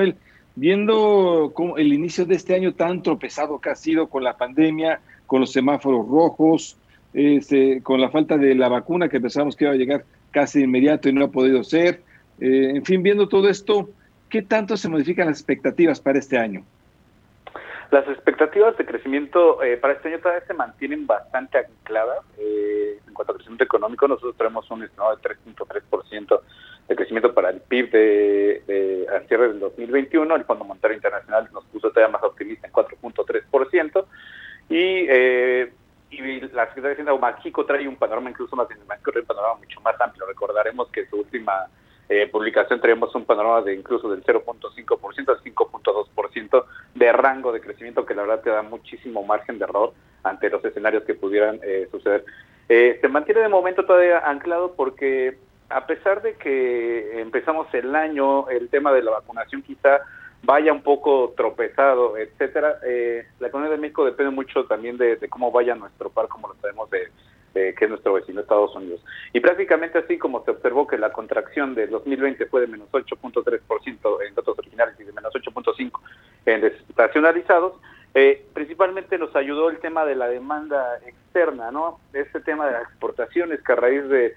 viendo cómo el inicio de este año tan tropezado que ha sido con la pandemia, con los semáforos rojos, con la falta de la vacuna que pensábamos que iba a llegar casi de inmediato y no ha podido ser. En fin, viendo todo esto, ¿qué tanto se modifican las expectativas para este año? Las expectativas de crecimiento para este año todavía se mantienen bastante ancladas. En cuanto a crecimiento económico, nosotros tenemos un estimado de 3.3% de crecimiento para el PIB al cierre del 2021. El Fondo Monetario Internacional nos puso todavía más optimista en 4.3%. Y la Secretaría de Hacienda, México, trae un panorama incluso más, un panorama mucho más amplio. Recordaremos que su última publicación traemos un panorama de incluso del 0.5% al 5.2% de rango de crecimiento, que la verdad te da muchísimo margen de error ante los escenarios que pudieran suceder. Se mantiene de momento todavía anclado porque a pesar de que empezamos el año, el tema de la vacunación quizá vaya un poco tropezado, etcétera, la economía de México depende mucho también de cómo vaya nuestro par, como lo sabemos de que es nuestro vecino Estados Unidos. Y prácticamente así como se observó que la contracción del 2020 fue de menos 8.3% en datos originales y de menos 8.5% en desestacionalizados, principalmente nos ayudó el tema de la demanda externa, ¿no? Este tema de las exportaciones que a raíz de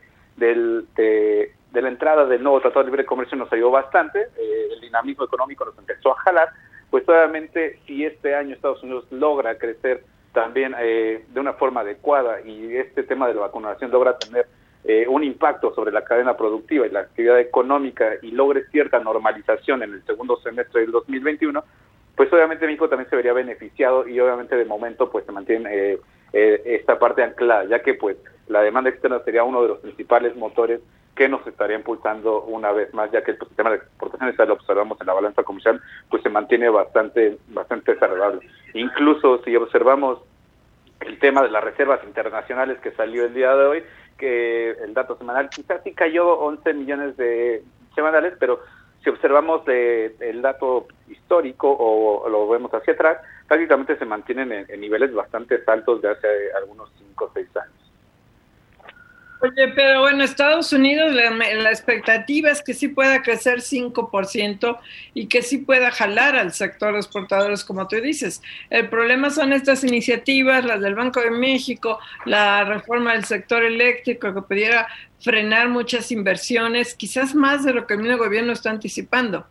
la entrada del nuevo Tratado de Libre Comercio nos ayudó bastante, el dinamismo económico nos empezó a jalar, pues obviamente si este año Estados Unidos logra crecer también de una forma adecuada y este tema de la vacunación logra tener un impacto sobre la cadena productiva y la actividad económica y logre cierta normalización en el segundo semestre del 2021, pues obviamente México también se vería beneficiado y obviamente de momento pues se mantiene esta parte anclada, ya que pues la demanda externa sería uno de los principales motores que nos estaría impulsando una vez más, ya que el sistema de exportaciones, ya lo observamos en la balanza comercial, pues se mantiene bastante saludable. Incluso si observamos el tema de las reservas internacionales que salió el día de hoy, que el dato semanal quizás sí cayó 11 millones de semanales, pero si observamos el dato histórico o lo vemos hacia atrás, prácticamente se mantienen en niveles bastante altos de hace algunos 5 o 6 años. Oye, pero bueno, Estados Unidos, la expectativa es que sí pueda crecer 5% y que sí pueda jalar al sector de exportadores, como tú dices. El problema son estas iniciativas, las del Banco de México, la reforma del sector eléctrico, que pudiera frenar muchas inversiones, quizás más de lo que el mismo gobierno está anticipando.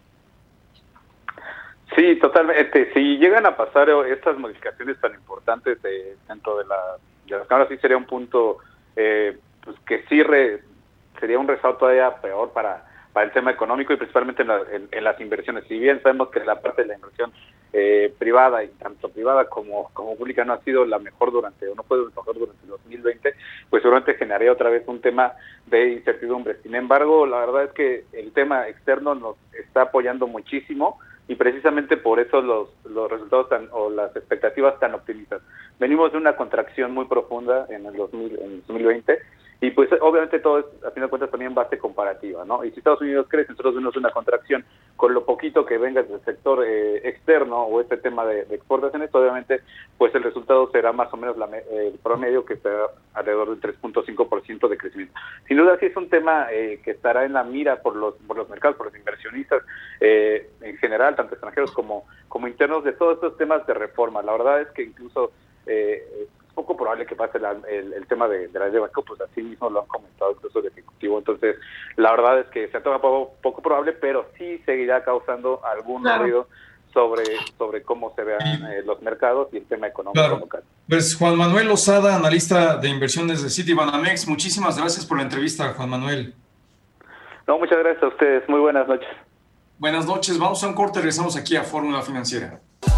Sí, totalmente. Si llegan a pasar estas modificaciones tan importantes dentro de las cámaras, sí sería un punto pues que sí sería un rezado todavía peor para el tema económico y principalmente en las inversiones. Si bien sabemos que la parte de la inversión privada, y tanto privada como pública, no ha sido la mejor no fue la mejor durante el 2020, pues seguramente generaría otra vez un tema de incertidumbre. Sin embargo, la verdad es que el tema externo nos está apoyando muchísimo y precisamente por eso los resultados o las expectativas tan optimistas. Venimos de una contracción muy profunda en el 2020 y pues obviamente todo es, a fin de cuentas, también base comparativa, ¿no? Y si Estados Unidos crece, nosotros vemos una contracción con lo poquito que venga del sector externo o este tema de exportaciones, obviamente pues el resultado será más o menos el promedio, que será alrededor del 3.5% de crecimiento. Sin duda sí es un tema que estará en la mira por los mercados, por los inversionistas en general, tanto extranjeros como internos, de todos estos temas de reforma. La verdad es que incluso es poco probable que pase el tema de la ley de banco, pues así mismo lo han comentado incluso el Ejecutivo. Entonces, la verdad es que se ha tomado poco probable, pero sí seguirá causando algún ruido sobre cómo se vean los mercados y el tema económico local. Pues Juan Manuel Lozada, analista de inversiones de Citibanamex, muchísimas gracias por la entrevista, Juan Manuel. No, muchas gracias a ustedes. Muy buenas noches. Buenas noches. Vamos a un corte, regresamos aquí a Fórmula Financiera.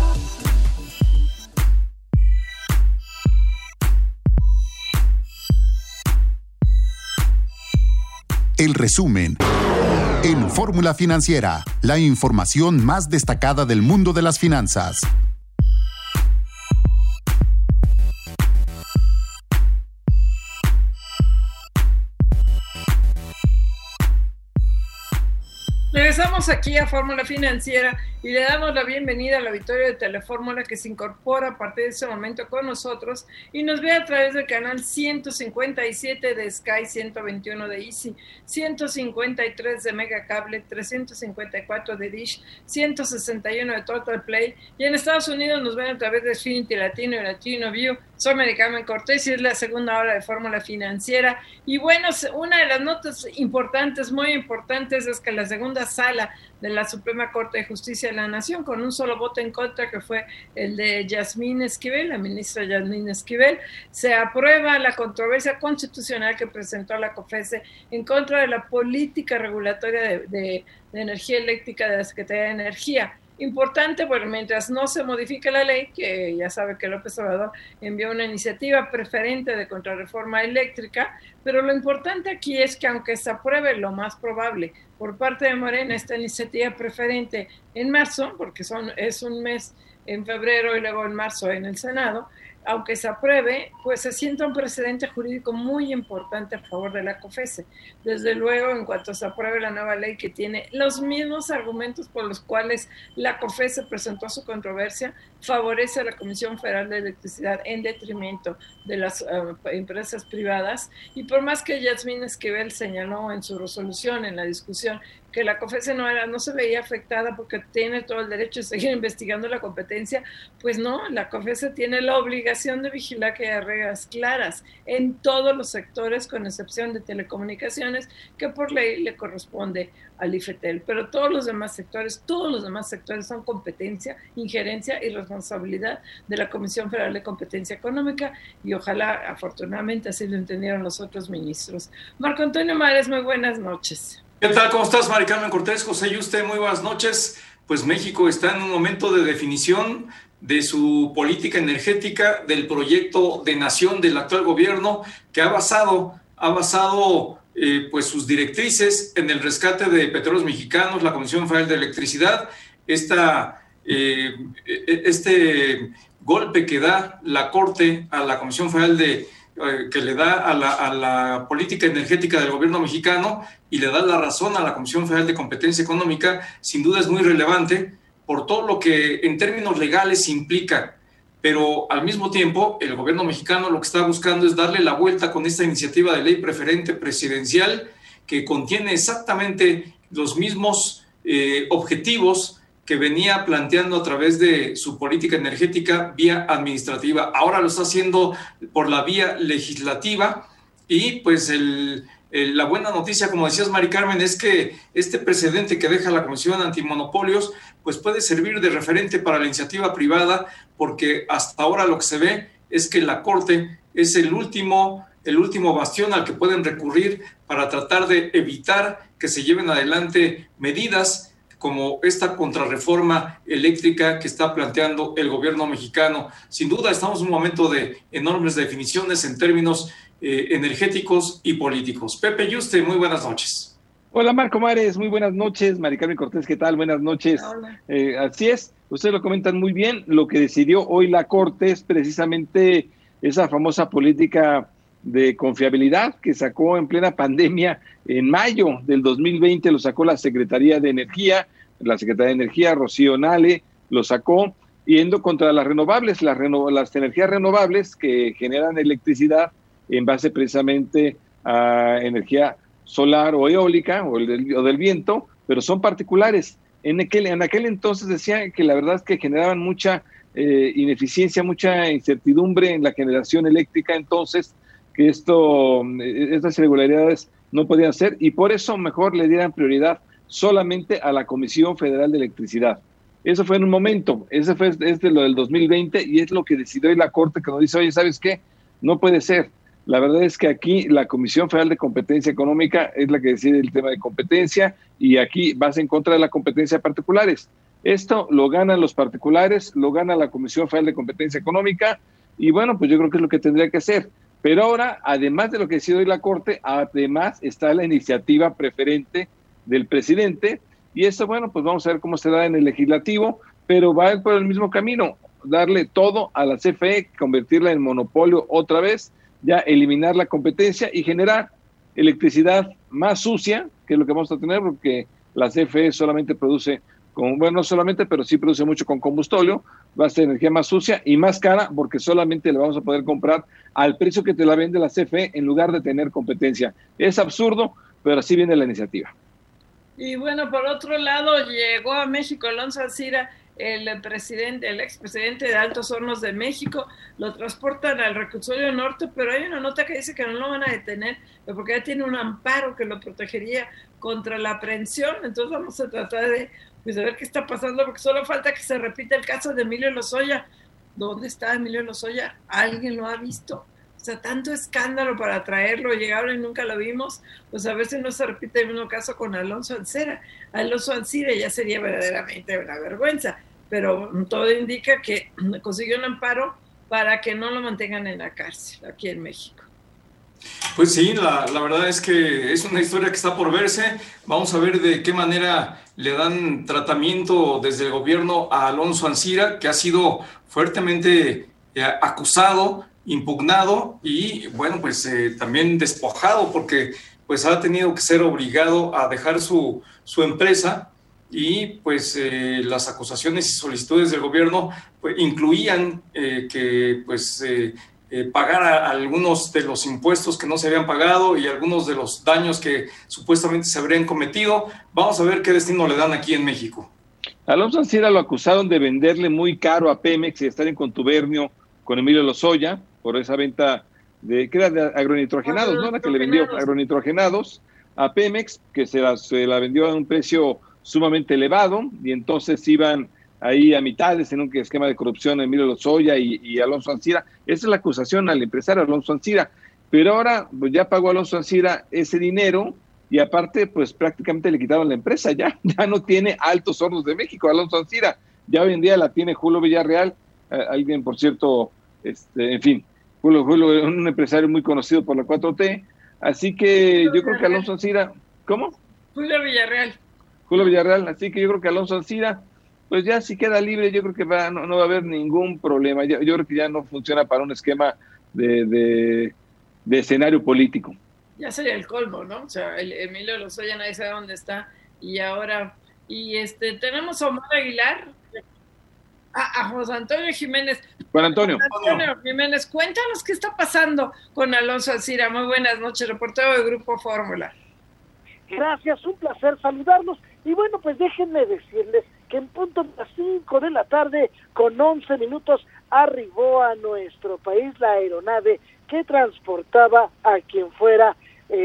El resumen en Fórmula Financiera, la información más destacada del mundo de las finanzas. Regresamos aquí a Fórmula Financiera y le damos la bienvenida al auditorio de Telefórmula que se incorpora a partir de ese momento con nosotros y nos ve a través del canal 157 de Sky, 121 de Easy, 153 de Megacable, 354 de Dish, 161 de Total Play, y en Estados Unidos nos ven a través de Xfinity Latino y Latino View. Soy Mari Carmen Cortés y es la segunda hora de Fórmula Financiera. Y bueno, una de las notas importantes, muy importantes, es que la segunda sala de la Suprema Corte de Justicia de la Nación, con un solo voto en contra, que fue el de Yasmín Esquivel, la ministra Yasmín Esquivel, se aprueba la controversia constitucional que presentó la COFESE en contra de la política regulatoria de energía eléctrica de la Secretaría de Energía. Importante, bueno, mientras no se modifique la ley, que ya sabe que López Obrador envió una iniciativa preferente de contrarreforma eléctrica, pero lo importante aquí es que aunque se apruebe, lo más probable por parte de Morena, esta iniciativa preferente en marzo, porque es un mes en febrero y luego en marzo en el Senado, aunque se apruebe, pues se sienta un precedente jurídico muy importante a favor de la COFESE. Desde luego, en cuanto se apruebe la nueva ley que tiene los mismos argumentos por los cuales la COFESE presentó su controversia, favorece a la Comisión Federal de Electricidad en detrimento de las empresas privadas. Y por más que Yasmín Esquivel señaló en su resolución, en la discusión, que la COFESE no se veía afectada porque tiene todo el derecho de seguir investigando la competencia, pues no, la COFESE tiene la obligación de vigilar que haya reglas claras en todos los sectores, con excepción de telecomunicaciones, que por ley le corresponde al IFETEL, pero todos los demás sectores son competencia, injerencia y responsabilidad de la Comisión Federal de Competencia Económica, y ojalá, afortunadamente, así lo entendieron los otros ministros. Marco Antonio Mares, muy buenas noches. ¿Qué tal? ¿Cómo estás, Mari Carmen Cortés? José Yuste, muy buenas noches. Pues México está en un momento de definición de su política energética, del proyecto de nación del actual gobierno, que ha basado pues sus directrices en el rescate de petróleos mexicanos, la Comisión Federal de Electricidad, este golpe que da la Corte a la Comisión Federal que le da a la política energética del gobierno mexicano y le da la razón a la Comisión Federal de Competencia Económica, sin duda es muy relevante por todo lo que en términos legales implica. Pero al mismo tiempo, el gobierno mexicano lo que está buscando es darle la vuelta con esta iniciativa de ley preferente presidencial que contiene exactamente los mismos objetivos que venía planteando a través de su política energética vía administrativa. Ahora lo está haciendo por la vía legislativa y pues la buena noticia, como decías, Mari Carmen, es que este precedente que deja la Comisión Antimonopolios pues puede servir de referente para la iniciativa privada, porque hasta ahora lo que se ve es que la Corte es el último bastión al que pueden recurrir para tratar de evitar que se lleven adelante medidas como esta contrarreforma eléctrica que está planteando el gobierno mexicano. Sin duda estamos en un momento de enormes definiciones en términos energéticos y políticos. Pepe Yuste, muy buenas noches. Hola Marco Mares, muy buenas noches. Mari Carmen Cortés, ¿qué tal? Buenas noches. Así es, ustedes lo comentan muy bien. Lo que decidió hoy la Corte es precisamente esa famosa política de confiabilidad que sacó en plena pandemia en mayo del 2020, lo sacó la Secretaría de Energía, Rocío Nale, lo sacó yendo contra las renovables, las energías renovables que generan electricidad en base precisamente a energía solar o eólica o del viento, pero son particulares. En aquel entonces decían que la verdad es que generaban mucha ineficiencia, mucha incertidumbre en la generación eléctrica, entonces que estas irregularidades no podían ser, y por eso mejor le dieran prioridad solamente a la Comisión Federal de Electricidad. Eso fue en un momento, es de lo del 2020, y es lo que decidió hoy la Corte, que nos dice, oye, ¿sabes qué? No puede ser. La verdad es que aquí la Comisión Federal de Competencia Económica es la que decide el tema de competencia, y aquí vas en contra de la competencia de particulares. Esto lo ganan los particulares, lo gana la Comisión Federal de Competencia Económica, y bueno, pues yo creo que es lo que tendría que hacer. Pero ahora, además de lo que decide hoy la Corte, además está la iniciativa preferente del presidente, y eso, bueno, pues vamos a ver cómo se da en el legislativo, pero va a ir por el mismo camino, darle todo a la CFE, convertirla en monopolio otra vez, ya eliminar la competencia y generar electricidad más sucia, que es lo que vamos a tener, porque la CFE solamente produce bueno, no solamente, pero sí produce mucho con combustóleo, va a ser energía más sucia y más cara porque solamente le vamos a poder comprar al precio que te la vende la CFE en lugar de tener competencia. Es absurdo, pero así viene la iniciativa. Y bueno, por otro lado, llegó a México Alonso Ancira, el expresidente de Altos Hornos de México. Lo transportan al reclusorio norte, pero hay una nota que dice que no lo van a detener porque ya tiene un amparo que lo protegería contra la aprehensión. Entonces vamos a tratar de ver qué está pasando, porque solo falta que se repita el caso de Emilio Lozoya. ¿Dónde está Emilio Lozoya? ¿Alguien lo ha visto? O sea, tanto escándalo para traerlo, llegaron y nunca lo vimos. Pues a ver si no se repite el mismo caso con Alonso Ancira. Alonso Ancira ya sería verdaderamente una vergüenza, pero todo indica que consiguió un amparo para que no lo mantengan en la cárcel aquí en México. Pues sí, la verdad es que es una historia que está por verse. Vamos a ver de qué manera le dan tratamiento desde el gobierno a Alonso Ancira, que ha sido fuertemente acusado, impugnado y bueno, pues también despojado, porque pues ha tenido que ser obligado a dejar su empresa, y pues las acusaciones y solicitudes del gobierno pues, incluían que pues pagara algunos de los impuestos que no se habían pagado y algunos de los daños que supuestamente se habrían cometido. Vamos a ver qué destino le dan aquí en México. Alonso Ancira lo acusaron de venderle muy caro a Pemex y estar en contubernio con Emilio Lozoya por esa venta que era de agronitrogenados, ¿no? La que le vendió agronitrogenados a Pemex, que se la vendió a un precio sumamente elevado, y entonces iban ahí a mitades en un esquema de corrupción Emilio Lozoya y Alonso Ancira. Esa es la acusación al empresario Alonso Ancira, pero ahora pues ya pagó Alonso Ancira ese dinero, y aparte pues prácticamente le quitaron la empresa, ya no tiene Altos Hornos de México Alonso Ancira, ya hoy en día la tiene Julio Villarreal, alguien por cierto, en fin, Julio, un empresario muy conocido por la 4T, así que yo creo que Alonso Ancira, ¿cómo? Julio Villarreal, así que yo creo que Alonso Ancira, pues ya si queda libre, yo creo que no va a haber ningún problema, yo creo que ya no funciona para un esquema de escenario político. Ya sería el colmo, ¿no? O sea, el Emilio Lozoya nadie sabe dónde está, y ahora, tenemos a Omar Aguilar, a José Antonio Jiménez. Juan Antonio Jiménez, cuéntanos qué está pasando con Alonso Ancira. Muy buenas noches, reportero de Grupo Fórmula. Gracias, un placer saludarlos. Y bueno, pues déjenme decirles que en punto de las 5 de la tarde, con 11 minutos, arribó a nuestro país la aeronave que transportaba a quien fuera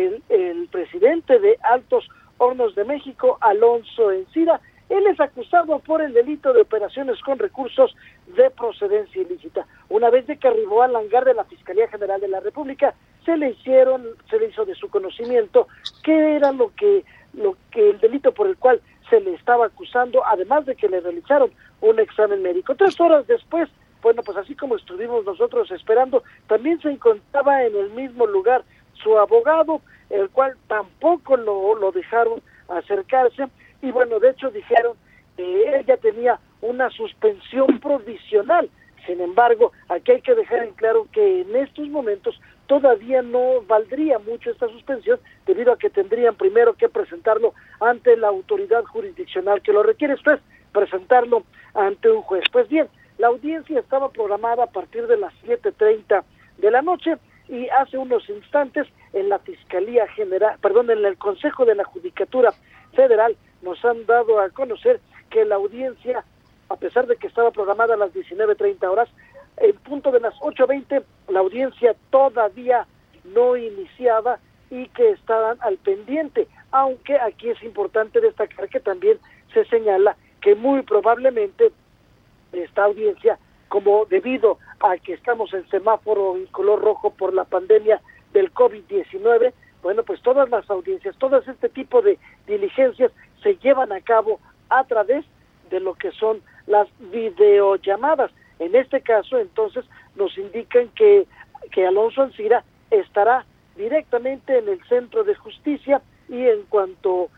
el presidente de Altos Hornos de México, Alonso Ancira. Él es acusado por el delito de operaciones con recursos de procedencia ilícita. Una vez de que arribó al hangar de la Fiscalía General de la República, se le hizo de su conocimiento qué era lo que el delito por el cual se le estaba acusando, además de que le realizaron un examen médico. 3 horas después, bueno, pues así como estuvimos nosotros esperando, también se encontraba en el mismo lugar su abogado, el cual tampoco lo dejaron acercarse. Y bueno, de hecho dijeron que él ya tenía una suspensión provisional. Sin embargo, aquí hay que dejar en claro que en estos momentos todavía no valdría mucho esta suspensión, debido a que tendrían primero que presentarlo ante la autoridad jurisdiccional que lo requiere, esto es, presentarlo ante un juez. Pues bien, la audiencia estaba programada a partir de las 7:30 de la noche, y hace unos instantes en la Fiscalía General, en el Consejo de la Judicatura Federal, nos han dado a conocer que la audiencia, a pesar de que estaba programada a las 19:30 horas, en punto de las 8:20, la audiencia todavía no iniciaba y que estaban al pendiente, aunque aquí es importante destacar que también se señala que muy probablemente esta audiencia, como debido a que estamos en semáforo en color rojo por la pandemia del COVID-19, bueno, pues todas las audiencias, todo este tipo de diligencias se llevan a cabo a través de lo que son las videollamadas. En este caso, entonces, nos indican que Alonso Ancira estará directamente en el Centro de Justicia, y en cuanto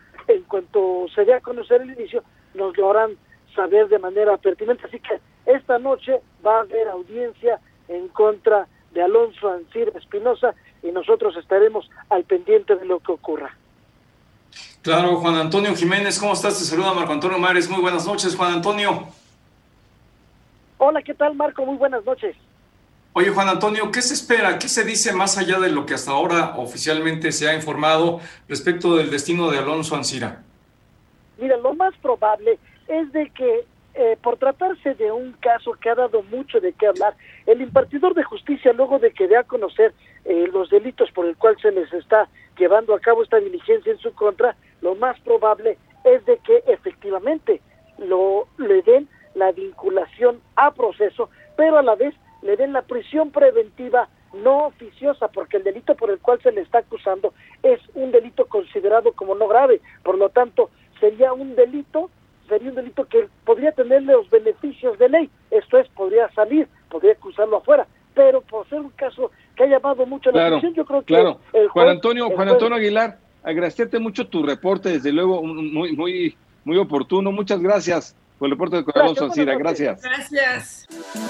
se dé a conocer el inicio, nos lo harán saber de manera pertinente. Así que esta noche va a haber audiencia en contra de Alonso Ancira Espinosa, y nosotros estaremos al pendiente de lo que ocurra. Claro, Juan Antonio Jiménez, ¿cómo estás? Te saluda Marco Antonio Mares. Muy buenas noches, Juan Antonio. Hola, ¿qué tal, Marco? Muy buenas noches. Oye, Juan Antonio, ¿qué se espera? ¿Qué se dice más allá de lo que hasta ahora oficialmente se ha informado respecto del destino de Alonso Ancira? Mira, lo más probable es de que, por tratarse de un caso que ha dado mucho de qué hablar, el impartidor de justicia, luego de que dé a conocer los delitos por el cual se les está llevando a cabo esta diligencia en su contra, lo más probable es de que efectivamente le den la vinculación a proceso, pero a la vez le den la prisión preventiva no oficiosa, porque el delito por el cual se le está acusando es un delito considerado como no grave, por lo tanto sería un delito que podría tener los beneficios de ley, esto es, podría acusarlo afuera, pero por ser un caso que ha llamado mucho la atención, yo creo que el juez, Juan Antonio Aguilar, agradecerte mucho tu reporte, desde luego muy oportuno. Muchas gracias por el reporte de Alonso Ancira. Gracias. Gracias.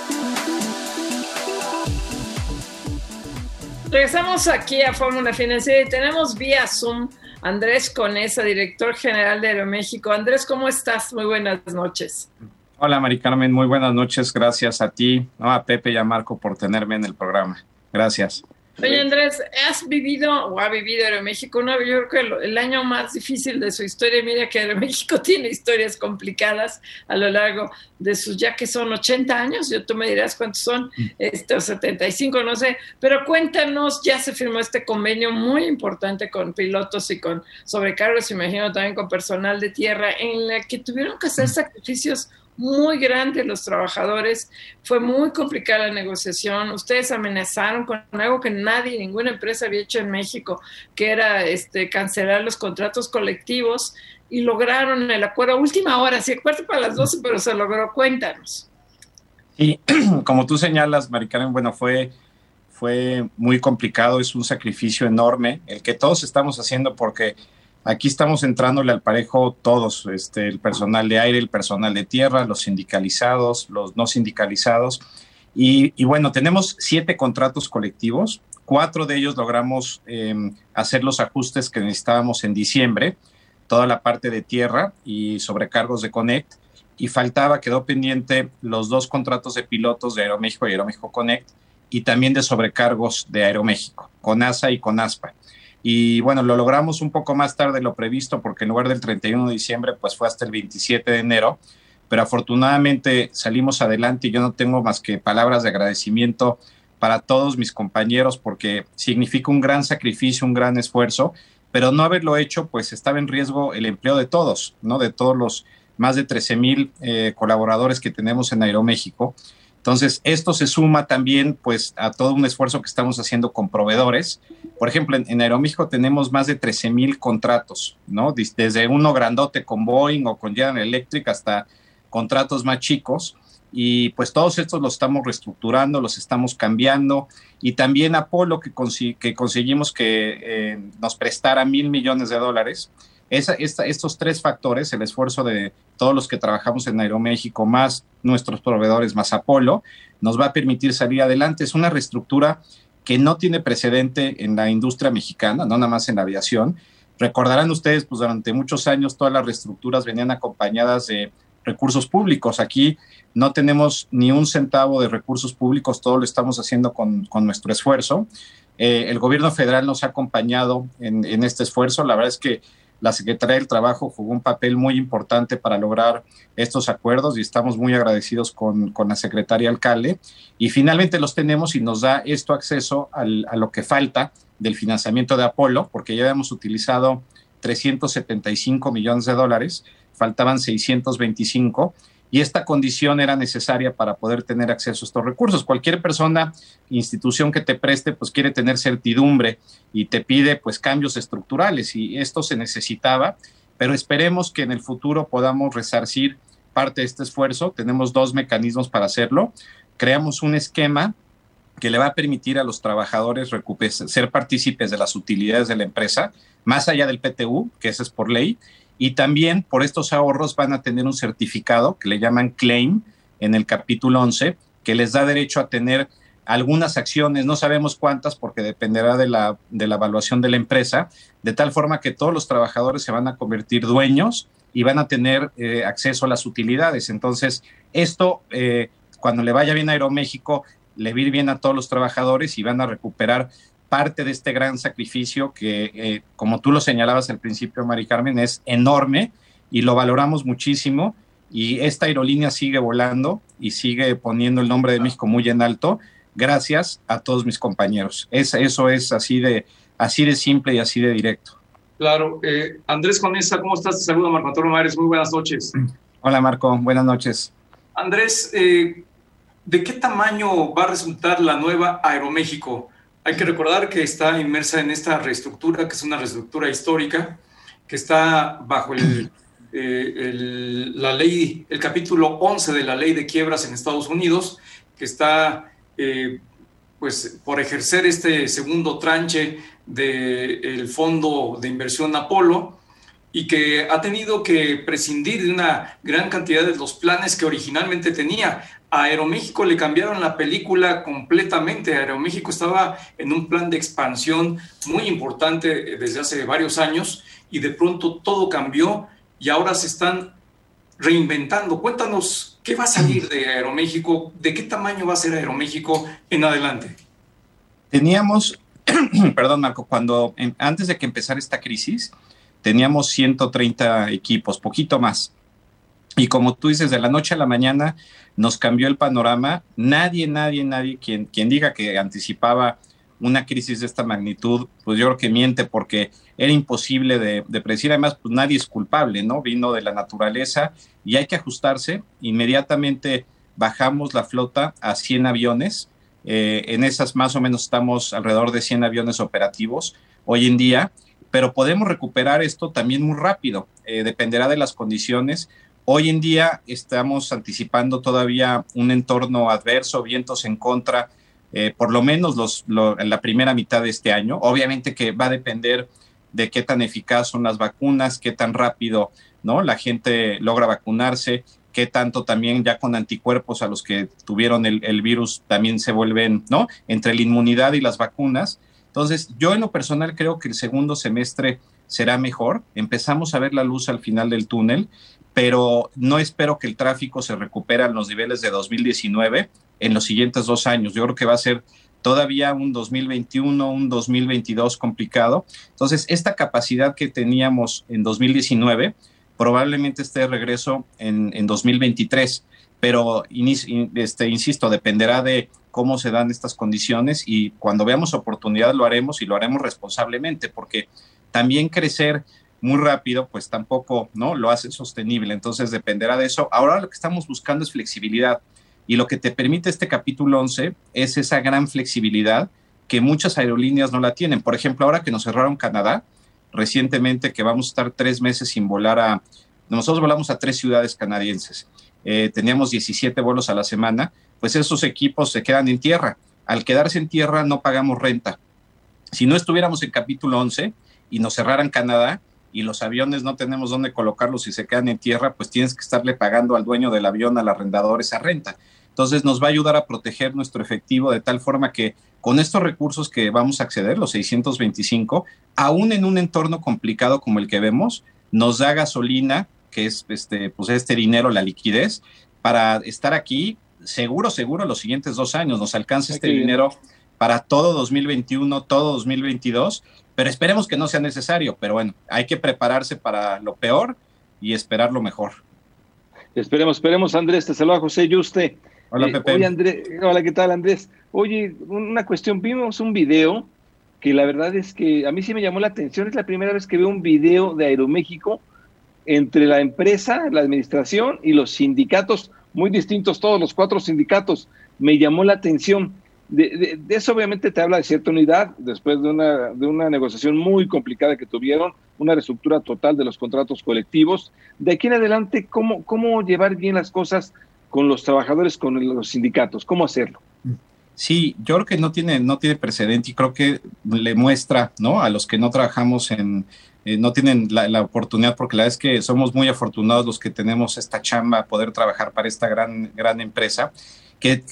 Regresamos aquí a Fórmula Financiera y tenemos vía Zoom Andrés Conesa, director general de Aeroméxico. Andrés, ¿cómo estás? Muy buenas noches. Hola, Mari Carmen, muy buenas noches. Gracias a ti, a Pepe y a Marco por tenerme en el programa. Gracias. Oye, Andrés, ¿has vivido o ha vivido Aeroméxico? No, yo creo que el año más difícil de su historia. Mira que Aeroméxico tiene historias complicadas a lo largo de sus, ya que son 80 años, tú me dirás cuántos son, 75, no sé, pero cuéntanos, ya se firmó este convenio muy importante con pilotos y con sobrecargos, imagino también con personal de tierra, en la que tuvieron que hacer sacrificios muy grande los trabajadores, fue muy complicada la negociación, ustedes amenazaron con algo que ninguna empresa había hecho en México, que era cancelar los contratos colectivos, y lograron el acuerdo a última hora, sí, acuerdo para las 12, pero se logró. Cuéntanos. Y como tú señalas, Mari Carmen, bueno, fue muy complicado, es un sacrificio enorme el que todos estamos haciendo, porque aquí estamos entrándole al parejo todos, el personal de aire, el personal de tierra, los sindicalizados, los no sindicalizados. Y bueno, tenemos 7 contratos colectivos, 4 de ellos logramos hacer los ajustes que necesitábamos en diciembre, toda la parte de tierra y sobrecargos de Connect, y quedó pendiente los 2 contratos de pilotos de Aeroméxico y Aeroméxico Connect, y también de sobrecargos de Aeroméxico, con ASA y con ASPA. Y bueno, lo logramos un poco más tarde de lo previsto, porque en lugar del 31 de diciembre, pues fue hasta el 27 de enero, pero afortunadamente salimos adelante, y yo no tengo más que palabras de agradecimiento para todos mis compañeros, porque significa un gran sacrificio, un gran esfuerzo, pero no haberlo hecho, pues estaba en riesgo el empleo de todos, ¿no? De todos los más de 13,000 colaboradores que tenemos en Aeroméxico. Entonces, esto se suma también, pues, a todo un esfuerzo que estamos haciendo con proveedores. Por ejemplo, en Aeroméxico tenemos más de 13,000 contratos, ¿no? Desde uno grandote con Boeing o con General Electric hasta contratos más chicos. Y pues todos estos los estamos reestructurando, los estamos cambiando, y también Apolo, que conseguimos que nos prestara $1,000 millones. Estos 3 factores, el esfuerzo de todos los que trabajamos en Aeroméxico, más nuestros proveedores, más Apolo, nos va a permitir salir adelante. Es una reestructura que no tiene precedente en la industria mexicana, no nada más en la aviación. Recordarán ustedes, pues durante muchos años todas las reestructuras venían acompañadas de recursos públicos. Aquí no tenemos ni un centavo de recursos públicos, todo lo estamos haciendo con nuestro esfuerzo. El gobierno federal nos ha acompañado en este esfuerzo. La verdad es que la Secretaría del Trabajo jugó un papel muy importante para lograr estos acuerdos, y estamos muy agradecidos con la secretaria alcalde. Y finalmente los tenemos, y nos da esto acceso a lo que falta del financiamiento de Apolo, porque ya habíamos utilizado $375 millones, faltaban 625, y esta condición era necesaria para poder tener acceso a estos recursos. Cualquier persona, institución que te preste, pues quiere tener certidumbre y te pide pues cambios estructurales, y esto se necesitaba, pero esperemos que en el futuro podamos resarcir parte de este esfuerzo. Tenemos 2 mecanismos para hacerlo. Creamos un esquema que le va a permitir a los trabajadores ser partícipes de las utilidades de la empresa, más allá del PTU, que ese es por ley, y también por estos ahorros van a tener un certificado que le llaman claim en el capítulo 11, que les da derecho a tener algunas acciones, no sabemos cuántas porque dependerá de la evaluación de la empresa, de tal forma que todos los trabajadores se van a convertir dueños y van a tener acceso a las utilidades. Entonces, esto, cuando le vaya bien a Aeroméxico, le va a ir bien a todos los trabajadores y van a recuperar parte de este gran sacrificio que, como tú lo señalabas al principio, Mari Carmen, es enorme y lo valoramos muchísimo. Y esta aerolínea sigue volando y sigue poniendo el nombre de México muy en alto, gracias a todos mis compañeros. Eso es así de simple y así de directo. Claro. Andrés Conesa, ¿cómo estás? Te saluda Marco Antonio Mares. Muy buenas noches. Hola, Marco. Buenas noches. Andrés, ¿de qué tamaño va a resultar la nueva Aeroméxico? Hay que recordar que está inmersa en esta reestructura, que es una reestructura histórica, que está bajo la ley, el capítulo 11 de la ley de quiebras en Estados Unidos, que está pues por ejercer este segundo tranche del fondo de inversión Apolo, y que ha tenido que prescindir de una gran cantidad de los planes que originalmente tenía. A Aeroméxico le cambiaron la película completamente. Aeroméxico estaba en un plan de expansión muy importante desde hace varios años y de pronto todo cambió y ahora se están reinventando. Cuéntanos, ¿qué va a salir de Aeroméxico? ¿De qué tamaño va a ser Aeroméxico en adelante? Teníamos, perdón Marco, antes de que empezara esta crisis, teníamos 130 equipos, poquito más. Y como tú dices, de la noche a la mañana nos cambió el panorama. Nadie quien diga que anticipaba una crisis de esta magnitud, pues yo creo que miente, porque era imposible de predecir. Además, pues nadie es culpable, ¿no? Vino de la naturaleza y hay que ajustarse. Inmediatamente bajamos la flota a 100 aviones. En esas más o menos estamos alrededor de 100 aviones operativos hoy en día, pero podemos recuperar esto también muy rápido. Dependerá de las condiciones. Hoy en día estamos anticipando todavía un entorno adverso, vientos en contra, por lo menos en la primera mitad de este año. Obviamente que va a depender de qué tan eficaz son las vacunas, qué tan rápido, ¿no?, la gente logra vacunarse, qué tanto también ya con anticuerpos a los que tuvieron el virus también se vuelven, ¿no?, entre la inmunidad y las vacunas. Entonces, yo en lo personal creo que el segundo semestre será mejor. Empezamos a ver la luz al final del túnel, pero no espero que el tráfico se recupere a los niveles de 2019 en los siguientes 2 años. Yo creo que va a ser todavía un 2021, un 2022 complicado. Entonces, esta capacidad que teníamos en 2019 probablemente esté de regreso en 2023, pero insisto, dependerá de cómo se dan estas condiciones y cuando veamos oportunidad lo haremos y lo haremos responsablemente, porque también crecer muy rápido, pues tampoco, ¿no?, lo hace sostenible. Entonces dependerá de eso. Ahora lo que estamos buscando es flexibilidad y lo que te permite este capítulo 11 es esa gran flexibilidad que muchas aerolíneas no la tienen. Por ejemplo, ahora que nos cerraron Canadá, recientemente que vamos a estar 3 meses sin volar nosotros volamos a 3 ciudades canadienses. Teníamos 17 vuelos a la semana, pues esos equipos se quedan en tierra. Al quedarse en tierra no pagamos renta. Si no estuviéramos en capítulo 11 y nos cerraran Canadá y los aviones no tenemos dónde colocarlos y se quedan en tierra, pues tienes que estarle pagando al dueño del avión, al arrendador, esa renta. Entonces nos va a ayudar a proteger nuestro efectivo de tal forma que con estos recursos que vamos a acceder, los 625, aún en un entorno complicado como el que vemos, nos da gasolina, que es este dinero, la liquidez, para estar aquí seguro los siguientes 2 años. Nos alcanza este dinero para todo 2021, todo 2022, pero esperemos que no sea necesario. Pero bueno, hay que prepararse para lo peor y esperar lo mejor. Esperemos, Andrés. Te saluda José Yuste. Hola, Pepe. Oye, Andrés, hola, ¿qué tal, Andrés? Oye, una cuestión, vimos un video que la verdad es que a mí sí me llamó la atención. Es la primera vez que veo un video de Aeroméxico entre la empresa, la administración y los sindicatos, muy distintos todos, los 4 sindicatos. Me llamó la atención. De eso obviamente te habla de cierta unidad, después de una negociación muy complicada que tuvieron, una reestructura total de los contratos colectivos. De aquí en adelante, ¿cómo llevar bien las cosas con los trabajadores, con los sindicatos? ¿Cómo hacerlo? Sí, yo creo que no tiene precedente y creo que le muestra, ¿no?, a los que no trabajamos no tienen la oportunidad, porque la verdad es que somos muy afortunados los que tenemos esta chamba, poder trabajar para esta gran empresa. que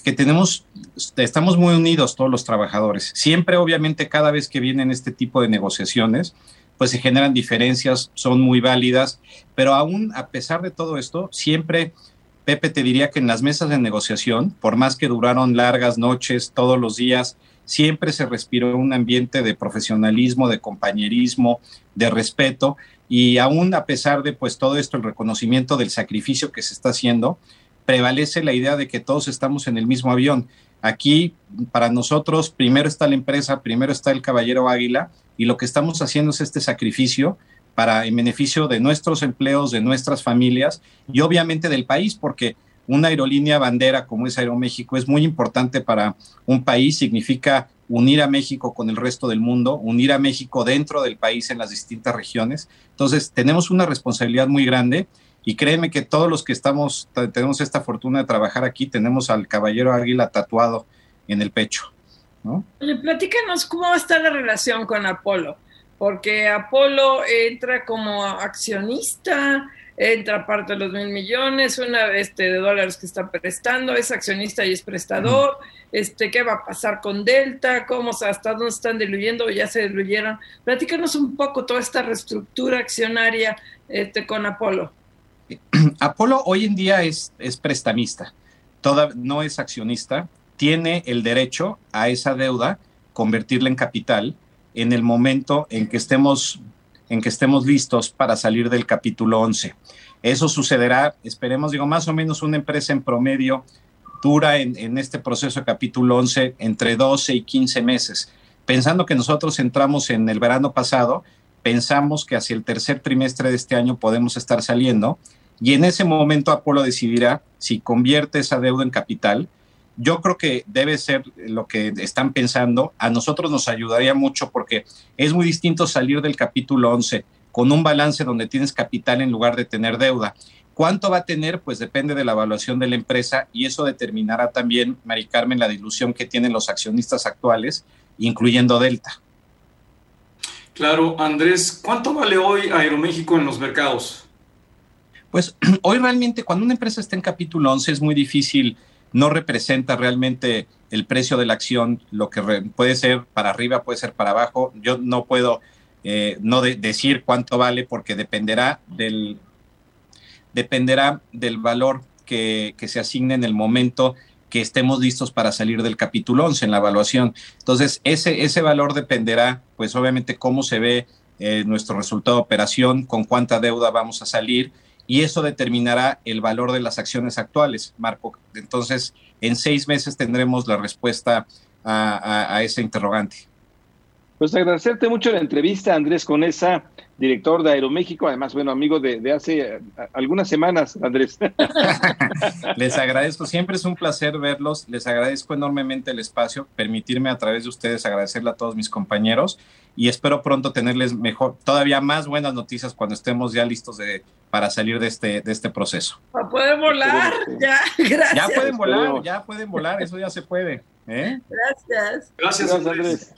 estamos muy unidos todos los trabajadores. Siempre, obviamente, cada vez que vienen este tipo de negociaciones, pues se generan diferencias, son muy válidas, pero aún a pesar de todo esto, siempre, Pepe, te diría que en las mesas de negociación, por más que duraron largas noches, todos los días, siempre se respiró un ambiente de profesionalismo, de compañerismo, de respeto, y aún a pesar de pues todo esto, el reconocimiento del sacrificio que se está haciendo, prevalece la idea de que todos estamos en el mismo avión. Aquí, para nosotros, primero está la empresa, primero está el Caballero Águila, y lo que estamos haciendo es este sacrificio en beneficio de nuestros empleos, de nuestras familias y obviamente del país, porque una aerolínea bandera como es Aeroméxico es muy importante para un país, significa unir a México con el resto del mundo, unir a México dentro del país en las distintas regiones. Entonces, tenemos una responsabilidad muy grande y créeme que todos los que tenemos esta fortuna de trabajar aquí, tenemos al Caballero Águila tatuado en el pecho, ¿no? Oye, platícanos cómo va a estar la relación con Apolo, porque Apolo entra como accionista, entra parte de los 1,000 millones, de dólares que está prestando, es accionista y es prestador. ¿Qué va a pasar con Delta? ¿Hasta dónde están diluyendo o ya se diluyeron? Platícanos un poco toda esta reestructura accionaria con Apolo. Apolo hoy en día es prestamista, no es accionista, tiene el derecho a esa deuda, convertirla en capital en el momento en que estemos listos para salir del capítulo 11. Eso sucederá, esperemos, más o menos una empresa en promedio dura en este proceso de capítulo 11 entre 12 y 15 meses. Pensando que nosotros entramos en el verano pasado, pensamos que hacia el tercer trimestre de este año podemos estar saliendo y en ese momento Apolo decidirá si convierte esa deuda en capital. Yo creo que debe ser lo que están pensando. A nosotros nos ayudaría mucho porque es muy distinto salir del capítulo 11 con un balance donde tienes capital en lugar de tener deuda. ¿Cuánto va a tener? Pues depende de la evaluación de la empresa y eso determinará también, Mari Carmen, la dilución que tienen los accionistas actuales, incluyendo Delta. Claro, Andrés, ¿cuánto vale hoy Aeroméxico en los mercados? Pues hoy realmente cuando una empresa está en capítulo 11 es muy difícil, no representa realmente el precio de la acción, lo que puede ser para arriba, puede ser para abajo. Yo no puedo decir cuánto vale porque dependerá del valor que se asigne en el momento que estemos listos para salir del capítulo 11 en la evaluación. Entonces, ese valor dependerá, pues obviamente, cómo se ve nuestro resultado de operación, con cuánta deuda vamos a salir, y eso determinará el valor de las acciones actuales, Marco. Entonces, en 6 meses tendremos la respuesta a ese interrogante. Pues agradecerte mucho la entrevista, Andrés Conesa, director de Aeroméxico, además, amigo de hace algunas semanas, Andrés. Les agradezco, siempre es un placer verlos, les agradezco enormemente el espacio, permitirme a través de ustedes agradecerle a todos mis compañeros y espero pronto tenerles todavía más buenas noticias cuando estemos ya listos para salir de este proceso. Para poder volar, ya, gracias. Ya pueden volar, eso ya se puede. Gracias, Andrés.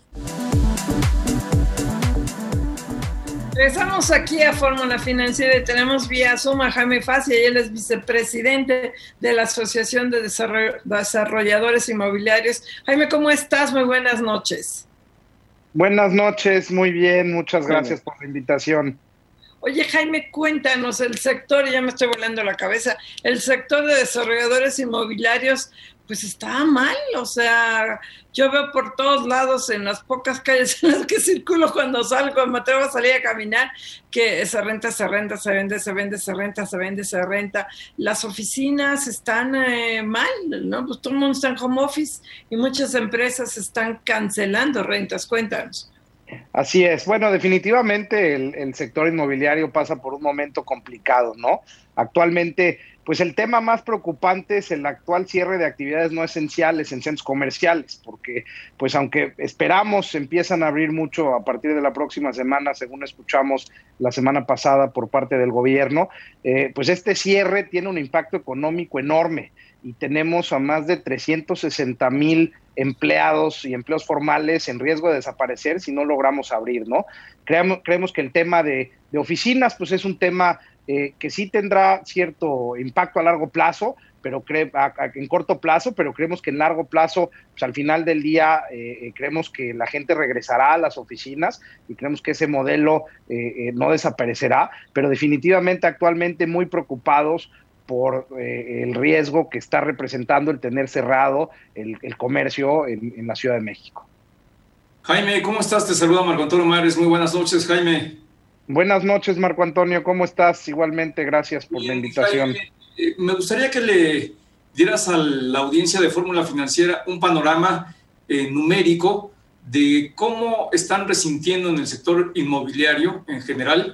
Regresamos aquí a Fórmula Financiera y tenemos vía Zoom a Jaime Fassi, y él es vicepresidente de la Asociación de Desarrolladores Inmobiliarios. Jaime, ¿cómo estás? Muy buenas noches. Buenas noches, muy bien, muchas gracias por la invitación. Oye, Jaime, cuéntanos, el sector, ya me estoy volando la cabeza, el sector de desarrolladores inmobiliarios, pues está mal, o sea, yo veo por todos lados, en las pocas calles en las que circulo cuando salgo, me atrevo a salir a caminar, que se renta, se vende, se vende, se renta, se vende, se renta. Las oficinas están mal, ¿no? Pues todo el mundo está en home office y muchas empresas están cancelando rentas. Cuéntanos. Así es. Bueno, definitivamente el sector inmobiliario pasa por un momento complicado, ¿no? Actualmente, pues el tema más preocupante es el actual cierre de actividades no esenciales en centros comerciales, porque pues aunque esperamos empiezan a abrir mucho a partir de la próxima semana, según escuchamos la semana pasada por parte del gobierno, pues este cierre tiene un impacto económico enorme y tenemos a más de 360,000 empleados y empleos formales en riesgo de desaparecer si no logramos abrir, ¿no? Creemos que el tema de oficinas pues es un tema que sí tendrá cierto impacto a largo plazo, pero en corto plazo, pero creemos que en largo plazo, pues al final del día, creemos que la gente regresará a las oficinas y creemos que ese modelo no desaparecerá, pero definitivamente actualmente muy preocupados por el riesgo que está representando el tener cerrado el comercio en la Ciudad de México. Jaime, ¿cómo estás? Te saluda Marco Antonio Mares. Muy buenas noches, Jaime. Buenas noches, Marco Antonio. ¿Cómo estás? Igualmente, gracias por la invitación. Jaime, me gustaría que le dieras a la audiencia de Fórmula Financiera un panorama numérico de cómo están resintiendo en el sector inmobiliario en general